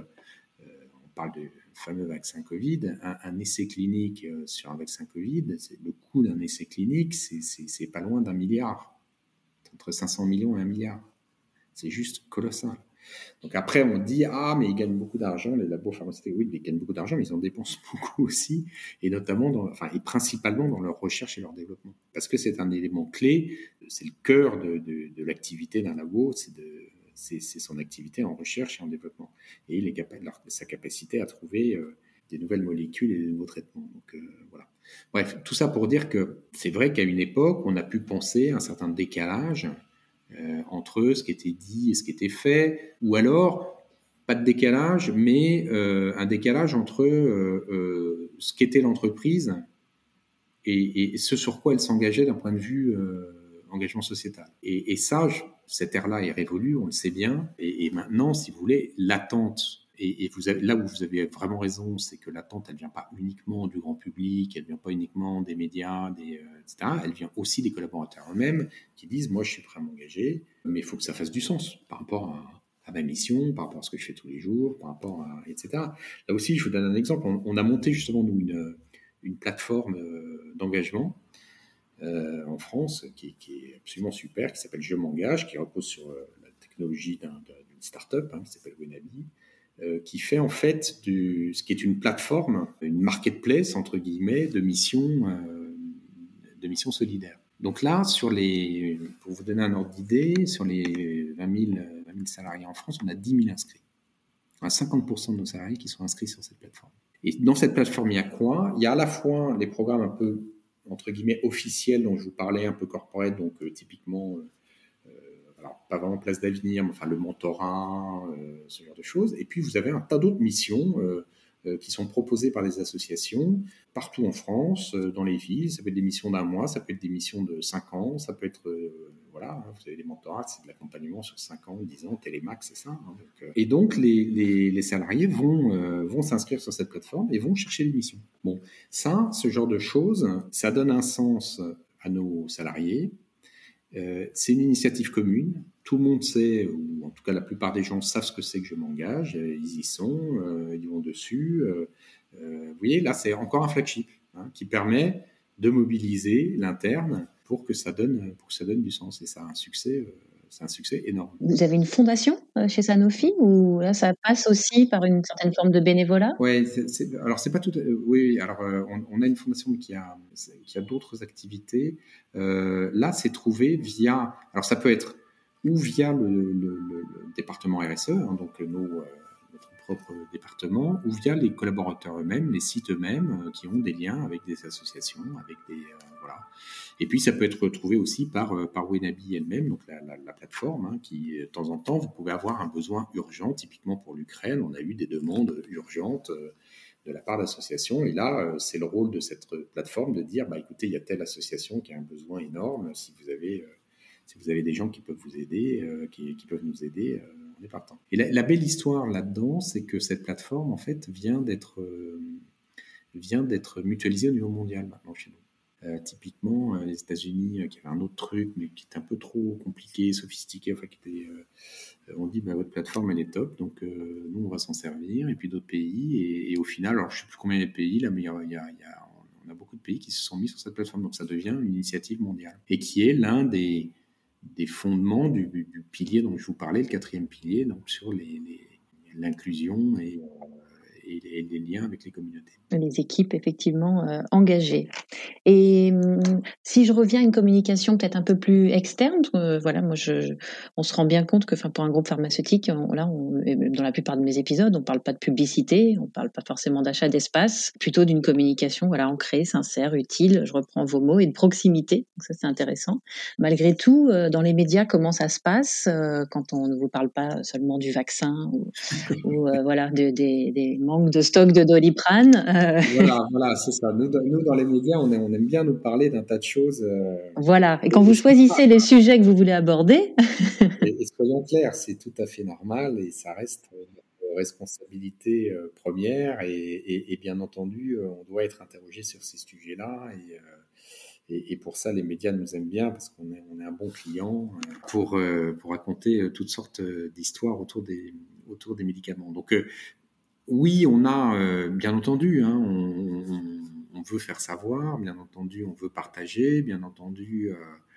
on parle du fameux vaccin Covid. Un essai clinique sur un vaccin Covid, le coût d'un essai clinique, c'est pas loin d'1 milliard. Entre 500 millions et 1 milliard. C'est juste colossal. Donc après, on dit mais ils gagnent beaucoup d'argent, les labos pharmaceutiques. Oui, ils gagnent beaucoup d'argent, mais ils en dépensent beaucoup aussi, et notamment et principalement dans leur recherche et leur développement, parce que c'est un élément clé, c'est le cœur de l'activité d'un labo, c'est son activité en recherche et en développement, et sa capacité à trouver des nouvelles molécules et des nouveaux traitements. Donc voilà. Bref, tout ça pour dire que c'est vrai qu'à une époque, on a pu penser un certain décalage entre ce qui était dit et ce qui était fait, ou alors pas de décalage, mais un décalage entre ce qu'était l'entreprise et ce sur quoi elle s'engageait d'un point de vue engagement sociétal. Et ça, cette ère-là est révolue, on le sait bien, et maintenant, si vous voulez, l'attente, et vous avez, là où vous avez vraiment raison, c'est que l'attente, elle vient pas uniquement du grand public, elle vient pas uniquement des médias, etc. Elle vient aussi des collaborateurs eux-mêmes qui disent, moi, je suis prêt à m'engager, mais il faut que ça fasse du sens par rapport à ma mission, par rapport à ce que je fais tous les jours, par rapport à, etc. Là aussi, je vous donne un exemple. On a monté justement, nous, une plateforme d'engagement en France qui est absolument super, qui s'appelle Je m'engage, qui repose sur la technologie d'une start-up qui s'appelle Wenabi, qui fait en fait ce qui est une plateforme, une marketplace entre guillemets de missions solidaires. Donc là, pour vous donner un ordre d'idée, sur les 20 000 salariés en France, on a 10 000 inscrits. On a 50% de nos salariés qui sont inscrits sur cette plateforme. Et dans cette plateforme, il y a quoi ? Il y a à la fois les programmes un peu, entre guillemets, officiels dont je vous parlais, un peu corporate, donc typiquement, alors pas vraiment Place d'Avenir, mais enfin le mentorat, ce genre de choses. Et puis vous avez un tas d'autres missions qui sont proposées par les associations partout en France, dans les villes. Ça peut être des missions d'1 mois, ça peut être des missions de 5 ans, ça peut être, voilà, vous avez des mentorats, c'est de l'accompagnement sur 5 ans, 10 ans, Télémax, c'est ça. Et donc les salariés vont s'inscrire sur cette plateforme et vont chercher des missions. Bon, ça, ce genre de choses, ça donne un sens à nos salariés. C'est une initiative commune. Tout le monde sait, ou en tout cas la plupart des gens savent ce que c'est que Je m'engage. Ils y sont, ils vont dessus. Vous voyez, là, c'est encore un flagship qui permet de mobiliser l'interne pour que ça donne du sens. Et ça a un succès. C'est un succès énorme. Vous avez une fondation chez Sanofi ou là ça passe aussi par une certaine forme de bénévolat ? Oui, alors c'est pas tout. Oui, alors on a une fondation qui a d'autres activités. Là, c'est trouvé via. Alors ça peut être ou via le département RSE, donc notre propre département, ou via les collaborateurs eux-mêmes, les sites eux-mêmes, qui ont des liens avec des associations, avec des voilà. Et puis ça peut être retrouvé aussi par Wenabi elle-même, donc la plateforme, qui de temps en temps vous pouvez avoir un besoin urgent, typiquement pour l'Ukraine, on a eu des demandes urgentes de la part d'associations, et là c'est le rôle de cette plateforme de dire écoutez, il y a telle association qui a un besoin énorme, si vous avez des gens qui peuvent vous aider, qui peuvent nous aider, on est partant. Et la belle histoire là-dedans, c'est que cette plateforme en fait vient d'être mutualisée au niveau mondial maintenant chez nous. Typiquement, les États-Unis, qui avaient un autre truc, mais qui était un peu trop compliqué, sophistiqué, enfin, on dit votre plateforme elle est top, donc nous on va s'en servir, et puis d'autres pays, et au final, alors je ne sais plus combien il y a de pays là, mais on a beaucoup de pays qui se sont mis sur cette plateforme, donc ça devient une initiative mondiale, et qui est l'un des fondements du pilier dont je vous parlais, le 4e pilier, donc sur l'inclusion et les liens avec les communautés. Les équipes effectivement engagées. Et si je reviens à une communication peut-être un peu plus externe, voilà, moi on se rend bien compte que, pour un groupe pharmaceutique, dans la plupart de mes épisodes, on parle pas de publicité, on parle pas forcément d'achat d'espace, plutôt d'une communication, voilà, ancrée, sincère, utile. Je reprends vos mots, et de proximité. Donc ça c'est intéressant. Malgré tout, dans les médias, comment ça se passe quand on ne vous parle pas seulement du vaccin ou voilà des manques de stock de Doliprane. Voilà, c'est ça. Nous, dans les médias, on aime bien nous parler d'un tas de choses. Voilà. Et quand vous choisissez les sujets que vous voulez aborder. et soyons clairs, c'est tout à fait normal et ça reste notre responsabilité première. Et bien entendu, on doit être interrogé sur ces sujets-là. Et pour ça, les médias nous aiment bien parce qu'on est un bon client pour raconter toutes sortes d'histoires autour des médicaments. Donc, oui, on a, bien entendu, on veut faire savoir, bien entendu, on veut partager, bien entendu.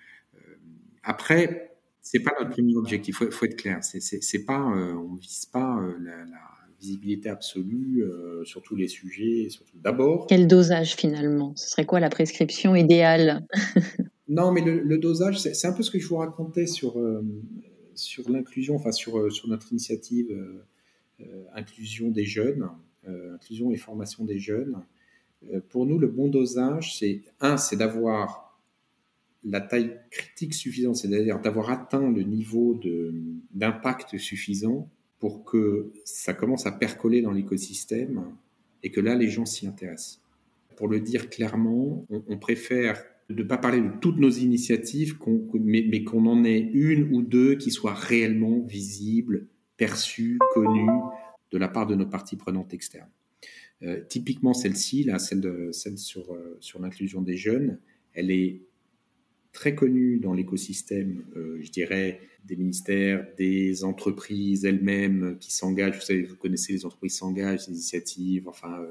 Après, c'est pas notre premier objectif. Faut être clair. C'est pas, on vise pas la visibilité absolue sur tous les sujets. Surtout d'abord. Quel dosage finalement ? Ce serait quoi la prescription idéale ? Non, mais le dosage, c'est un peu ce que je vous racontais sur l'inclusion, sur notre initiative inclusion des jeunes. inclusion et formation des jeunes. Pour nous, le bon dosage, c'est d'avoir la taille critique suffisante, c'est-à-dire d'avoir atteint le niveau d'impact suffisant pour que ça commence à percoler dans l'écosystème et que là, les gens s'y intéressent. Pour le dire clairement, on préfère ne pas parler de toutes nos initiatives, mais qu'on en ait une ou deux qui soient réellement visibles, perçues, connues de la part de nos parties prenantes externes. Typiquement celle-ci, là, celle sur l'inclusion des jeunes, elle est très connue dans l'écosystème, je dirais, des ministères, des entreprises elles-mêmes qui s'engagent. Vous savez, vous connaissez les entreprises s'engagent, les initiatives,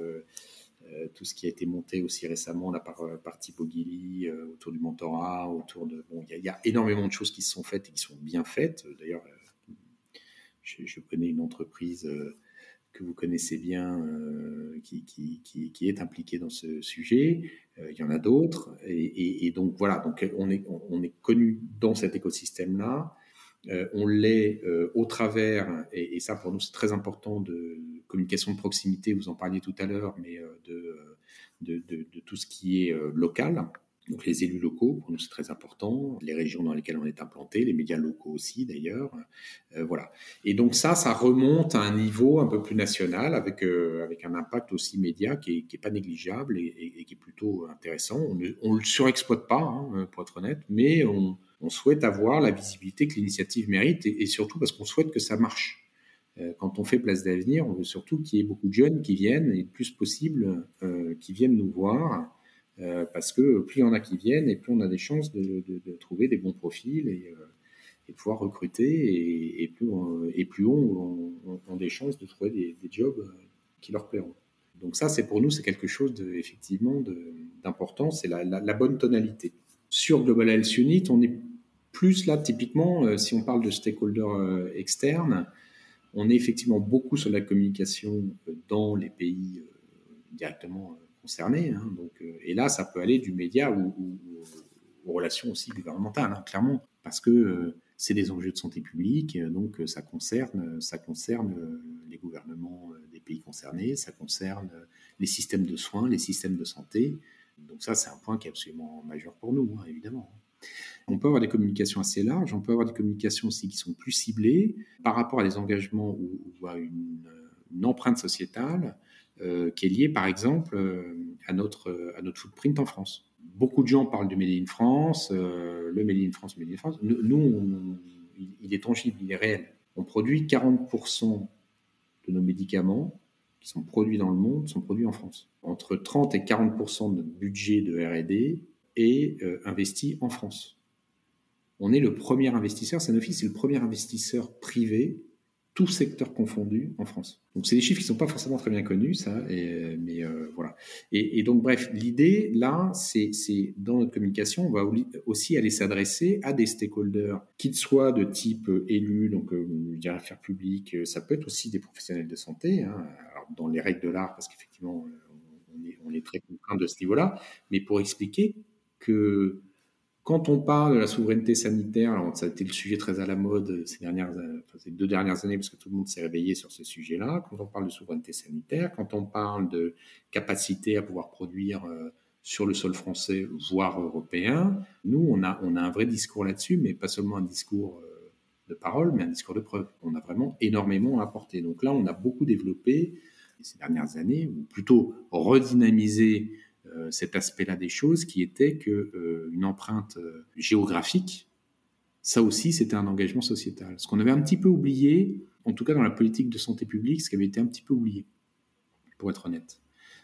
tout ce qui a été monté aussi récemment là, par Thibaut Guilly, autour du mentorat, il y a énormément de choses qui se sont faites et qui sont bien faites. D'ailleurs, je connais une entreprise que vous connaissez bien, qui est impliquée dans ce sujet. Il y en a d'autres. Et donc, voilà, donc on est connu dans cet écosystème-là. On l'est au travers, et ça pour nous c'est très important, de communication de proximité, vous en parliez tout à l'heure, mais de tout ce qui est local. Donc les élus locaux, pour nous c'est très important, les régions dans lesquelles on est implanté, les médias locaux aussi d'ailleurs, voilà. Et donc ça remonte à un niveau un peu plus national, avec un impact aussi média qui est pas négligeable et qui est plutôt intéressant. On le surexploite pas, hein, pour être honnête, mais on souhaite avoir la visibilité que l'initiative mérite, et surtout parce qu'on souhaite que ça marche. Quand on fait Place d'Avenir, on veut surtout qu'il y ait beaucoup de jeunes qui viennent, et le plus possible qui viennent nous voir, parce que plus il y en a qui viennent, et plus on a des chances de trouver des bons profils et de pouvoir recruter, et plus on a des chances de trouver des jobs qui leur plairont. Donc ça, pour nous, c'est quelque chose effectivement d'important, c'est la bonne tonalité. Sur Global Health Unit, on est plus là, typiquement, si on parle de stakeholders externes, on est effectivement beaucoup sur la communication dans les pays directement concernés. Hein, et là, ça peut aller du média aux relations aussi gouvernementales, hein, clairement, parce que c'est des enjeux de santé publique, donc ça concerne les gouvernements des pays concernés, ça concerne les systèmes de soins, les systèmes de santé. Donc ça, c'est un point qui est absolument majeur pour nous, hein, évidemment. On peut avoir des communications assez larges, on peut avoir des communications aussi qui sont plus ciblées par rapport à des engagements ou à une empreinte sociétale qui est liée, par exemple, à notre footprint en France. Beaucoup de gens parlent du Made in France, le Made in France, Nous, il est tangible, il est réel. On produit 40% de nos médicaments qui sont produits dans le monde sont produits en France. Entre 30 et 40% de notre budget de R&D est investi en France. On est le premier investisseur, Sanofi, c'est le premier investisseur privé, tout secteur confondu, en France. Donc c'est des chiffres qui ne sont pas forcément très bien connus, ça, mais voilà. Et donc bref, l'idée là, c'est dans notre communication, on va aussi aller s'adresser à des stakeholders, qu'ils soient de type élus, donc je dirais affaires publiques, ça peut être aussi des professionnels de santé, hein, alors dans les règles de l'art, parce qu'effectivement, on est très contraint de ce niveau-là, mais pour expliquer que quand on parle de la souveraineté sanitaire, alors ça a été le sujet très à la mode ces 2 dernières années, parce que tout le monde s'est réveillé sur ce sujet-là. Quand on parle de souveraineté sanitaire, quand on parle de capacité à pouvoir produire sur le sol français, voire européen, nous, on a un vrai discours là-dessus, mais pas seulement un discours de parole, mais un discours de preuve. On a vraiment énormément à apporter. Donc là, on a beaucoup développé ces dernières années, ou plutôt redynamisé cet aspect-là des choses, qui était qu'une empreinte géographique, ça aussi, c'était un engagement sociétal. Ce qu'on avait un petit peu oublié, en tout cas dans la politique de santé publique, ce qui avait été un petit peu oublié, pour être honnête.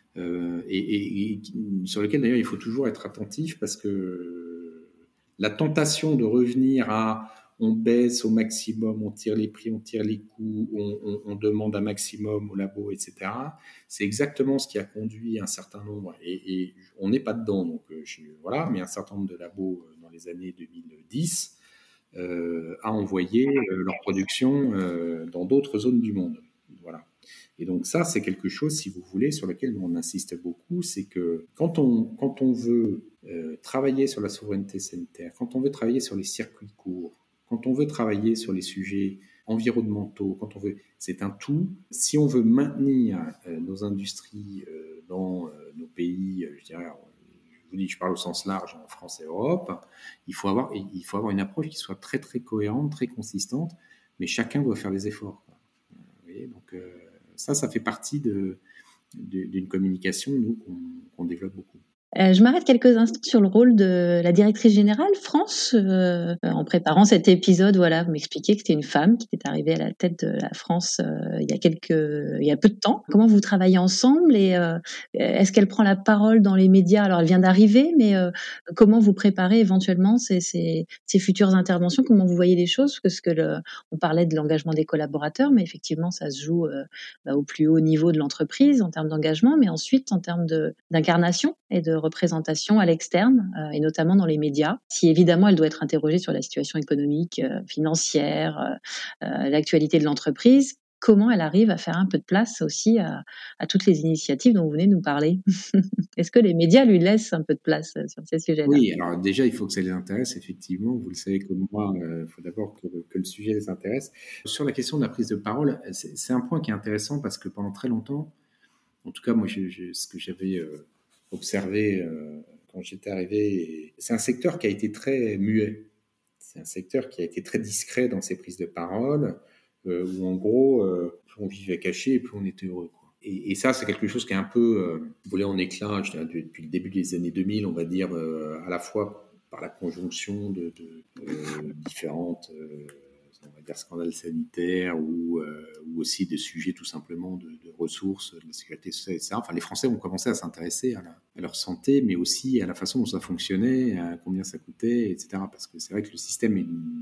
Et sur lequel, d'ailleurs, il faut toujours être attentif, parce que la tentation de revenir à on baisse au maximum, on tire les prix, on tire les coûts, on demande un maximum au labo, etc. C'est exactement ce qui a conduit un certain nombre, et on n'est pas dedans, donc voilà, mais un certain nombre de labos dans les années 2010 à envoyer leur production dans d'autres zones du monde. Voilà. Et donc ça, c'est quelque chose, si vous voulez, sur lequel on insiste beaucoup, c'est que quand on veut travailler sur la souveraineté sanitaire, quand on veut travailler sur les circuits courts, quand on veut travailler sur les sujets environnementaux, quand on veut, c'est un tout. Si on veut maintenir nos industries dans nos pays, je dirais, je vous dis, je parle au sens large en France et Europe, il faut avoir une approche qui soit très très cohérente, très consistante, mais chacun doit faire des efforts. Vous voyez, donc ça fait partie d'une communication, nous, qu'on développe beaucoup. Je m'arrête quelques instants sur le rôle de la directrice générale France. En préparant cet épisode, voilà, vous m'expliquiez que c'était une femme qui était arrivée à la tête de la France il y a peu de temps. Comment vous travaillez ensemble et est-ce qu'elle prend la parole dans les médias? Alors, elle vient d'arriver, mais comment vous préparez éventuellement ces futures interventions? Comment vous voyez les choses? Parce que on parlait de l'engagement des collaborateurs, mais effectivement, ça se joue au plus haut niveau de l'entreprise en termes d'engagement, mais ensuite en termes d'incarnation et de représentation à l'externe, et notamment dans les médias. Si évidemment elle doit être interrogée sur la situation économique, financière, l'actualité de l'entreprise, comment elle arrive à faire un peu de place aussi à toutes les initiatives dont vous venez de nous parler? Est-ce que les médias lui laissent un peu de place sur ces sujets-là? Oui, alors déjà, il faut que ça les intéresse, effectivement. Vous le savez comme moi, il faut d'abord que le sujet les intéresse. Sur la question de la prise de parole, c'est un point qui est intéressant parce que pendant très longtemps, en tout cas, moi, ce que j'avais observé quand j'étais arrivé, c'est un secteur qui a été très muet. C'est un secteur qui a été très discret dans ses prises de parole, où en gros, plus on vivait caché et plus on était heureux, quoi. Et ça, c'est quelque chose qui est un peu volé en éclats, je dirais, depuis le début des années 2000, on va dire, à la fois par la conjonction de différentes on va dire scandales sanitaires ou aussi des sujets tout simplement de ressources, de la sécurité sociale, etc. Enfin, les Français ont commencé à s'intéresser à leur santé, mais aussi à la façon dont ça fonctionnait, à combien ça coûtait, etc. Parce que c'est vrai que le système est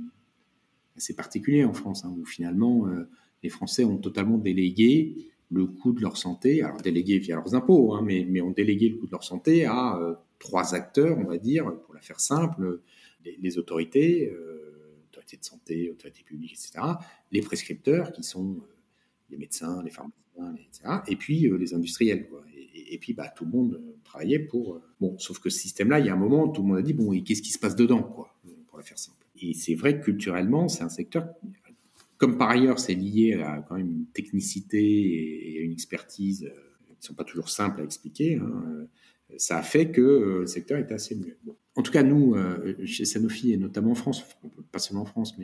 assez particulier en France, hein, où finalement les Français ont totalement délégué le coût de leur santé, alors délégué via leurs impôts, hein, mais ont délégué le coût de leur santé à trois acteurs, on va dire, pour la faire simple, les autorités, autorités de santé, autorités publiques, etc., les prescripteurs qui sont les médecins, les pharmaciens, etc., et puis les industriels, quoi. Et puis tout le monde travaillait pour... bon, sauf que ce système-là, il y a un moment, tout le monde a dit, bon, et qu'est-ce qui se passe dedans, quoi, pour la faire simple. Et c'est vrai que culturellement, c'est un secteur, comme par ailleurs, c'est lié à quand même une technicité et à une expertise qui ne sont pas toujours simples à expliquer, hein, ça a fait que le secteur était assez muet. Bon. En tout cas, nous, chez Sanofi, et notamment en France, pas seulement en France,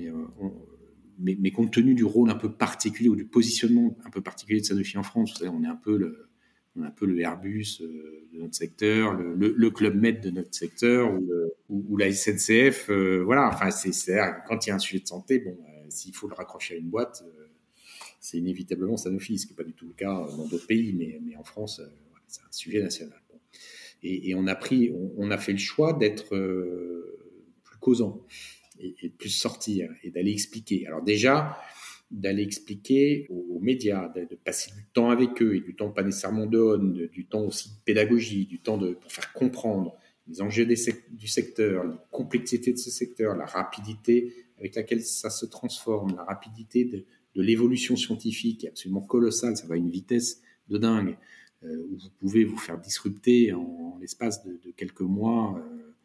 mais compte tenu du rôle un peu particulier ou du positionnement un peu particulier de Sanofi en France, vous savez, on est un peu le Airbus de notre secteur, le Club Med de notre secteur, ou la SNCF. Voilà, enfin, quand il y a un sujet de santé, bon, s'il faut le raccrocher à une boîte, c'est inévitablement Sanofi, ce qui n'est pas du tout le cas dans d'autres pays, mais en France, voilà, c'est un sujet national. Bon. Et on a fait le choix d'être plus causant et de plus sortir et d'aller expliquer. Alors déjà, d'aller expliquer aux médias, de passer du temps avec eux, et du temps pas nécessairement du temps aussi de pédagogie, du temps pour faire comprendre les enjeux du secteur, les complexités de ce secteur, la rapidité avec laquelle ça se transforme, la rapidité de l'évolution scientifique est absolument colossale, ça va à une vitesse de dingue, où vous pouvez vous faire disrupter en l'espace de quelques mois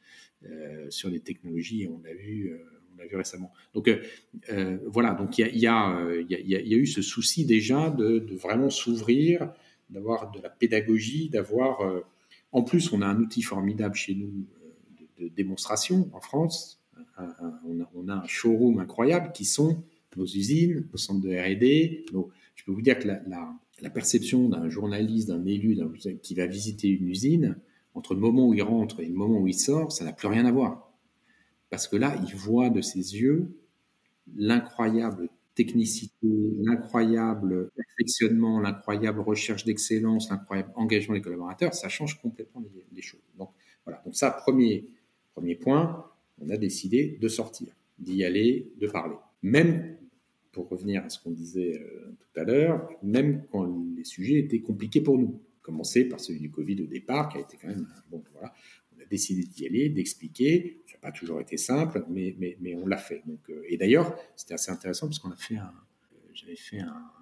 sur les technologies, on l'a vu récemment. Donc voilà, donc il y a eu ce souci déjà de vraiment s'ouvrir, d'avoir de la pédagogie, d'avoir... en plus, on a un outil formidable chez nous de démonstration en France. On a un showroom incroyable qui sont nos usines, nos centres de R&D. Je peux vous dire que la perception d'un journaliste, d'un élu qui va visiter une usine, entre le moment où il rentre et le moment où il sort, ça n'a plus rien à voir. Parce que là, il voit de ses yeux l'incroyable technicité, l'incroyable perfectionnement, l'incroyable recherche d'excellence, l'incroyable engagement des collaborateurs, ça change complètement les choses. Donc voilà, donc ça, premier point, on a décidé de sortir, d'y aller, de parler. Même, pour revenir à ce qu'on disait tout à l'heure, même quand les sujets étaient compliqués pour nous. Commencer par celui du Covid au départ, qui a été quand même... bon, voilà. On a décidé d'y aller, d'expliquer. Ça n'a pas toujours été simple, mais on l'a fait. Donc, et d'ailleurs, c'était assez intéressant parce qu'on a fait j'avais fait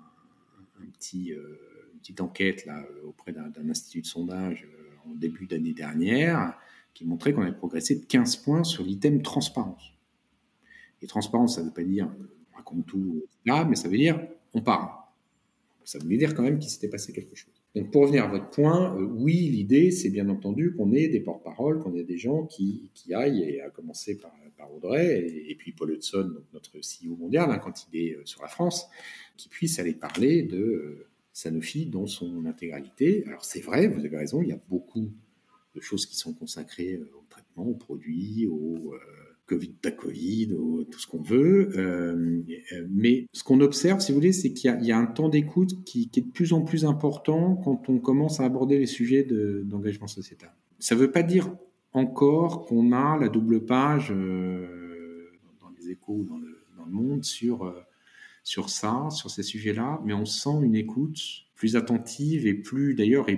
une petite enquête là, auprès d'un institut de sondage en début d'année dernière qui montrait qu'on avait progressé de 15 points sur l'item transparence. Et transparence, ça ne veut pas dire raconte tout, là, mais ça veut dire on parle. Ça voulait dire quand même qu'il s'était passé quelque chose. Donc pour revenir à votre point, oui, l'idée, c'est bien entendu qu'on ait des porte-paroles, qu'on ait des gens qui aillent, et à commencer par Audrey, et puis Paul Hudson, donc notre CEO mondial, hein, quand il est sur la France, qui puisse aller parler de Sanofi dans son intégralité. Alors c'est vrai, vous avez raison, il y a beaucoup de choses qui sont consacrées au traitement, aux produits, au Covid, tout ce qu'on veut. Mais ce qu'on observe, si vous voulez, c'est qu'il y a un temps d'écoute qui est de plus en plus important quand on commence à aborder les sujets d'engagement sociétal. Ça ne veut pas dire encore qu'on a la double page dans les échos ou dans le monde sur ça, sur ces sujets-là, mais on sent une écoute plus attentive et plus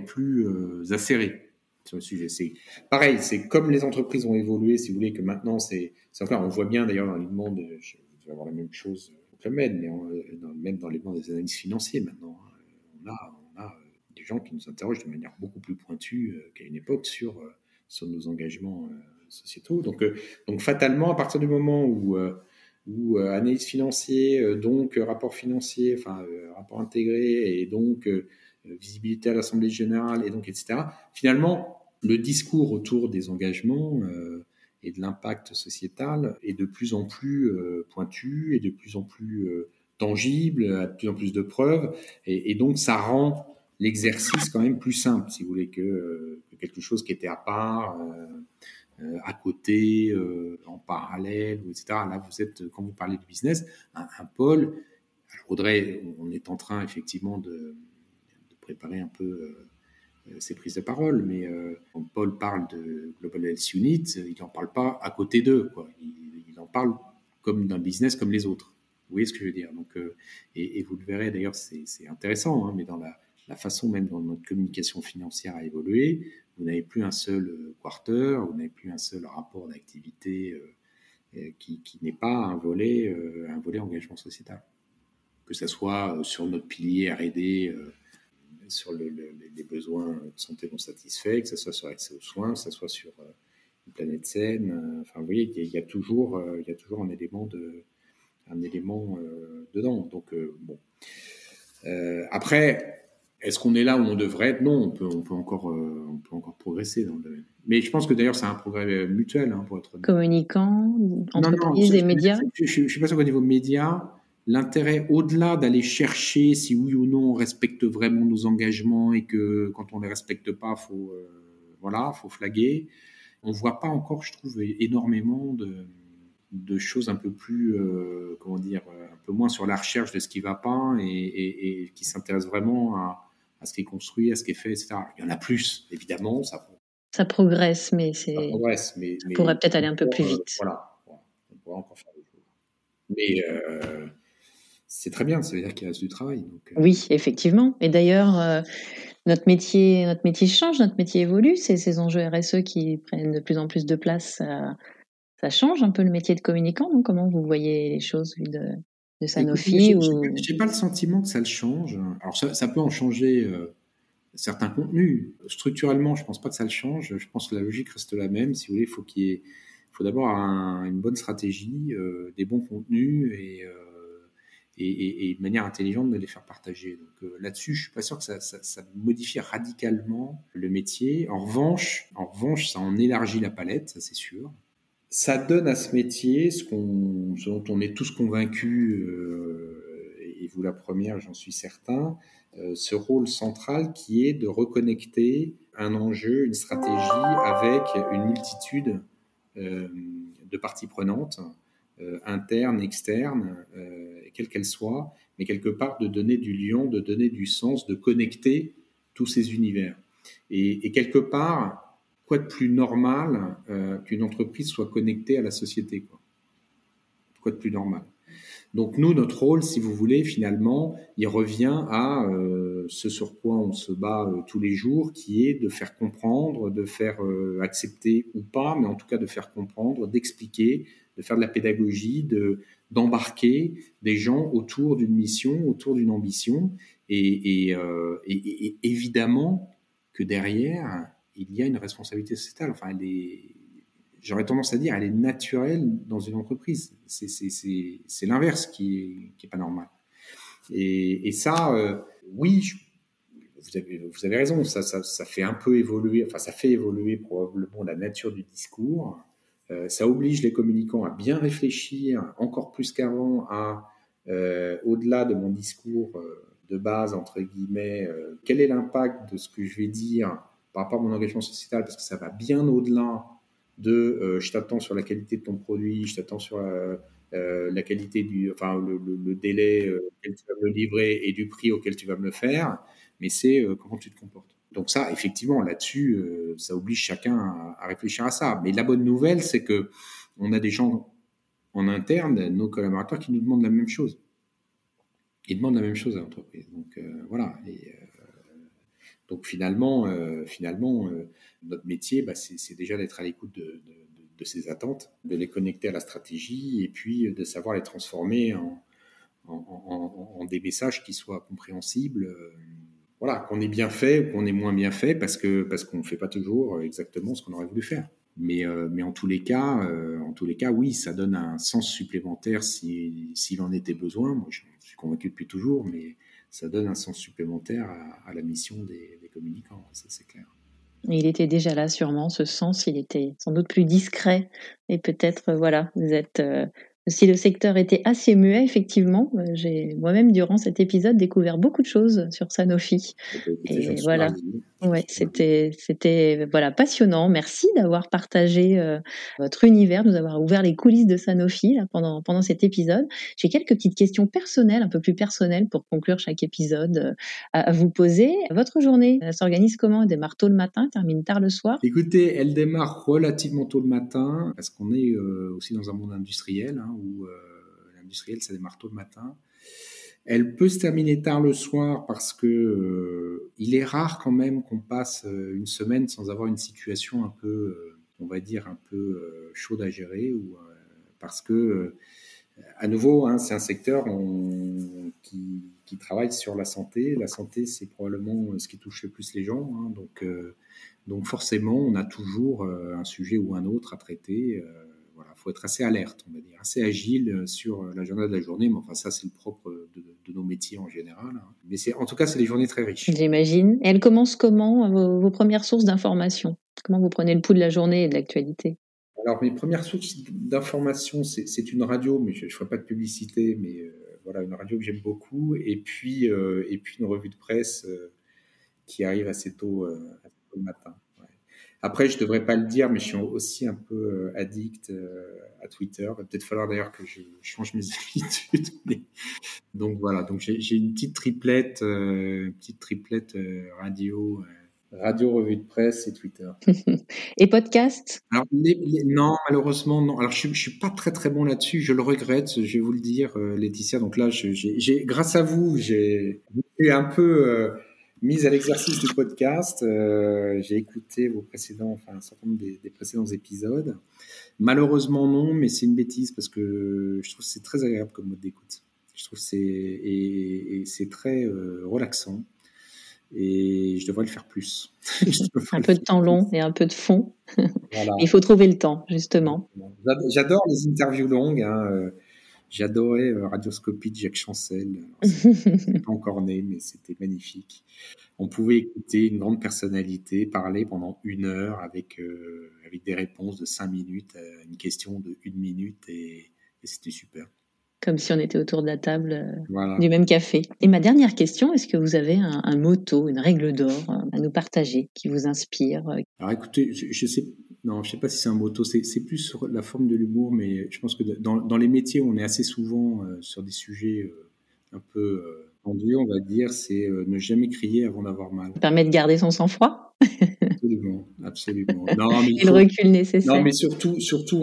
acérée sur le sujet. C'est pareil, c'est comme les entreprises ont évolué, si vous voulez, que maintenant c'est encore, on voit bien d'ailleurs dans les demandes, je vais avoir la même chose au Club Med, mais même dans les demandes des analystes financiers maintenant, on a des gens qui nous interrogent de manière beaucoup plus pointue qu'à une époque sur nos engagements sociétaux. Donc fatalement, à partir du moment où analyse financière, donc rapport financier, rapport intégré, et donc visibilité à l'Assemblée générale, et donc etc. Finalement, le discours autour des engagements et de l'impact sociétal est de plus en plus pointu, et de plus en plus tangible, à de plus en plus de preuves, et donc ça rend l'exercice quand même plus simple, si vous voulez, que quelque chose qui était à part, à côté, en parallèle, etc. Là, vous êtes, quand vous parlez du business, un pôle. Alors, Audrey, on est en train effectivement de préparer un peu ses prises de parole, mais quand Paul parle de Global Health Unit, il n'en parle pas à côté d'eux, quoi. Il en parle comme d'un business comme les autres. Vous voyez ce que je veux dire? Donc, et vous le verrez d'ailleurs, c'est intéressant, hein, mais dans la façon même dont notre communication financière a évolué, vous n'avez plus un seul quarter, vous n'avez plus un seul rapport d'activité qui n'est pas un volet engagement sociétal. Que ce soit sur notre pilier R&D, sur les besoins de santé non satisfaits, que ce soit sur l'accès aux soins, que ce soit sur une planète saine. Enfin, vous voyez, il y a toujours un élément dedans. Donc, bon. Après, est-ce qu'on est là où on devrait être? Non, on peut encore progresser dans le domaine. Mais je pense que d'ailleurs, c'est un progrès mutuel, hein, pour être communicants, entreprises et médias. Je ne suis pas sûr qu'au niveau médias, l'intérêt, au-delà d'aller chercher si oui ou non on respecte vraiment nos engagements, et que quand on ne les respecte pas, faut flaguer. On ne voit pas encore, je trouve, énormément de choses un peu plus, un peu moins sur la recherche de ce qui ne va pas, et qui s'intéressent vraiment à ce qui est construit, à ce qui est fait, etc. Il y en a plus, évidemment, ça progresse, mais ça pourrait peut-être aller un peu plus vite. Voilà, on pourrait encore faire des choses. Mais c'est très bien, ça veut dire qu'il reste du travail. Donc, oui, effectivement. Et d'ailleurs, notre métier change, notre métier évolue. C'est ces enjeux RSE qui prennent de plus en plus de place. Ça change un peu le métier de communicant, non? Comment vous voyez les choses, vu de Sanofi? Je n'ai pas le sentiment que ça le change. Alors ça peut en changer certains contenus. Structurellement, je ne pense pas que ça le change. Je pense que la logique reste la même. Si vous voulez, il faut d'abord une bonne stratégie, des bons contenus, et une manière intelligente de les faire partager. Donc là-dessus, je ne suis pas sûr que ça modifie radicalement le métier. En revanche, ça en élargit la palette, ça c'est sûr. Ça donne à ce métier ce dont on est tous convaincus, et vous la première, j'en suis certain, ce rôle central qui est de reconnecter un enjeu, une stratégie avec une multitude de parties prenantes, internes, externes, quelles qu'elles soient, mais quelque part de donner du lien, de donner du sens, de connecter tous ces univers. Et quelque part, quoi de plus normal qu'une entreprise soit connectée à la société, quoi. Quoi de plus normal? Donc nous, notre rôle, si vous voulez, finalement, il revient à ce sur quoi on se bat tous les jours, qui est de faire comprendre, de faire accepter ou pas, mais en tout cas de faire comprendre, d'expliquer, de faire de la pédagogie, d'embarquer des gens autour d'une mission, autour d'une ambition, et évidemment que derrière, il y a une responsabilité sociétale. Enfin, j'aurais tendance à dire, elle est naturelle dans une entreprise. C'est l'inverse qui est pas normal. Et ça, oui, vous avez raison, ça fait un peu évoluer, enfin ça fait évoluer probablement la nature du discours. Ça oblige les communicants à bien réfléchir, encore plus qu'avant, au-delà de mon discours de base, entre guillemets, quel est l'impact de ce que je vais dire par rapport à mon engagement sociétal, parce que ça va bien au-delà de je t'attends sur la qualité de ton produit, je t'attends sur la qualité le délai auquel tu vas me le livrer et du prix auquel tu vas me le faire, mais c'est comment tu te comportes. Donc ça, effectivement, là-dessus, ça oblige chacun à réfléchir à ça. Mais la bonne nouvelle, c'est que on a des gens en interne, nos collaborateurs, qui nous demandent la même chose. Ils demandent la même chose à l'entreprise. Donc voilà. Donc finalement, notre métier, c'est déjà d'être à l'écoute de ces attentes, de les connecter à la stratégie et puis de savoir les transformer en des messages qui soient compréhensibles. Voilà, qu'on ait bien fait ou qu'on ait moins bien fait parce qu'on ne fait pas toujours exactement ce qu'on aurait voulu faire. Mais en tous les cas, oui, ça donne un sens supplémentaire s'il en était besoin. Moi, je suis convaincu depuis toujours, mais ça donne un sens supplémentaire à la mission des communicants, ça c'est clair. Il était déjà là sûrement, ce sens, il était sans doute plus discret et peut-être, voilà, vous êtes... si le secteur était assez muet, effectivement, j'ai moi-même, durant cet épisode, découvert beaucoup de choses sur Sanofi. Et voilà. Ouais, c'était voilà, passionnant. Merci d'avoir partagé votre univers, de nous avoir ouvert les coulisses de Sanofi là, pendant cet épisode. J'ai quelques petites questions personnelles, un peu plus personnelles pour conclure chaque épisode à vous poser. Votre journée, elle s'organise comment? Elle démarre tôt le matin, termine tard le soir? Écoutez, elle démarre relativement tôt le matin parce qu'on est aussi dans un monde industriel où l'industriel, ça démarre tôt le matin. Elle peut se terminer tard le soir parce que il est rare quand même qu'on passe une semaine sans avoir une situation un peu, on va dire, un peu chaude à gérer parce que, à nouveau, c'est un secteur qui travaille sur la santé. La santé, c'est probablement ce qui touche le plus les gens. Donc forcément, on a toujours un sujet ou un autre à traiter. Voilà, faut être assez alerte, on va dire, assez agile sur l'agenda de la journée. Mais enfin, ça, c'est le propre de nos métiers en général. Mais en tout cas, c'est des journées très riches. J'imagine. Et elles commencent comment, vos premières sources d'informations? Comment vous prenez le pouls de la journée et de l'actualité? Alors, mes premières sources d'informations, c'est une radio, mais je ne ferai pas de publicité, mais voilà, une radio que j'aime beaucoup. Et puis une revue de presse qui arrive assez tôt le matin. Ouais. Après, je ne devrais pas le dire, mais je suis aussi un peu addict à Twitter. Il va peut-être falloir d'ailleurs que je change mes habitudes. Donc voilà, donc j'ai une petite triplette radio, revue de presse et Twitter. Et podcast? Alors, non, malheureusement, non. Alors, je suis pas très très bon là-dessus. Je le regrette, je vais vous le dire, Laetitia. Donc là, grâce à vous, j'ai un peu mise à l'exercice du podcast. J'ai écouté un certain nombre des précédents épisodes. Malheureusement, non, mais c'est une bêtise parce que je trouve que c'est très agréable comme mode d'écoute. Je trouve que c'est très relaxant. Et je devrais le faire plus. Un peu de temps long et un peu de fond. Voilà. Il faut trouver le temps, justement. J'adore les interviews longues. J'adorais Radioscopie de Jacques Chancel. C'est pas encore né, mais c'était magnifique. On pouvait écouter une grande personnalité parler pendant 1 heure avec des réponses de 5 minutes à une question de 1 minute et c'était super. Comme si on était autour de la table Voilà. du même café. Et ma dernière question, est-ce que vous avez un motto, une règle d'or à nous partager qui vous inspire? Alors écoutez, je sais pas si c'est un motto, c'est plus sur la forme de l'humour, mais je pense que dans les métiers où on est assez souvent sur des sujets un peu tendus, on va dire, c'est ne jamais crier avant d'avoir mal. Ça permet de garder son sang-froid? Absolument, absolument. Non, mais et le recul nécessaire. Non, mais surtout,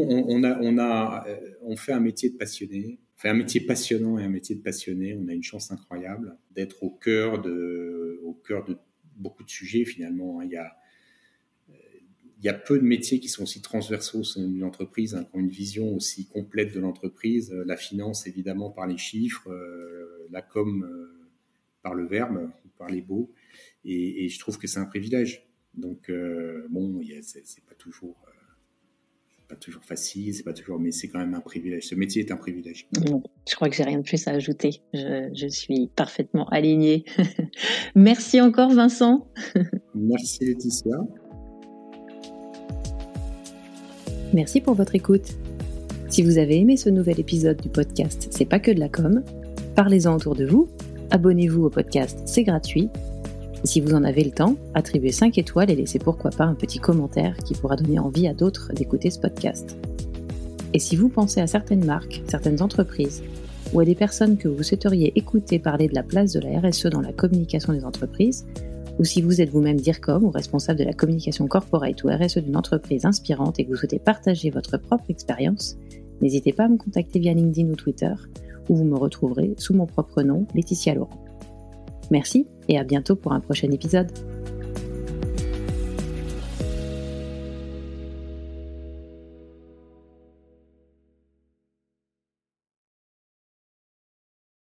on fait un métier de passionné. On fait un métier passionnant et un métier de passionné. On a une chance incroyable d'être au cœur de beaucoup de sujets finalement. Il y a peu de métiers qui sont aussi transversaux au sein d'une entreprise, qui ont une vision aussi complète de l'entreprise. La finance, évidemment, par les chiffres, la com par le verbe, par les mots. Et je trouve que c'est un privilège. Donc, bon, c'est pas pas toujours facile, c'est pas toujours, mais c'est quand même un privilège. Ce métier est un privilège. Bon, je crois que j'ai rien de plus à ajouter. Je suis parfaitement alignée. Merci encore, Vincent. Merci Laetitia. Merci pour votre écoute. Si vous avez aimé ce nouvel épisode du podcast C'est pas que de la com, parlez-en autour de vous, abonnez-vous au podcast, c'est gratuit. Et si vous en avez le temps, attribuez 5 étoiles et laissez pourquoi pas un petit commentaire qui pourra donner envie à d'autres d'écouter ce podcast. Et si vous pensez à certaines marques, certaines entreprises, ou à des personnes que vous souhaiteriez écouter parler de la place de la RSE dans la communication des entreprises, ou si vous êtes vous-même DIRCOM ou responsable de la communication corporate ou RSE d'une entreprise inspirante et que vous souhaitez partager votre propre expérience, n'hésitez pas à me contacter via LinkedIn ou Twitter, où vous me retrouverez sous mon propre nom, Laetitia Laurent. Merci et à bientôt pour un prochain épisode.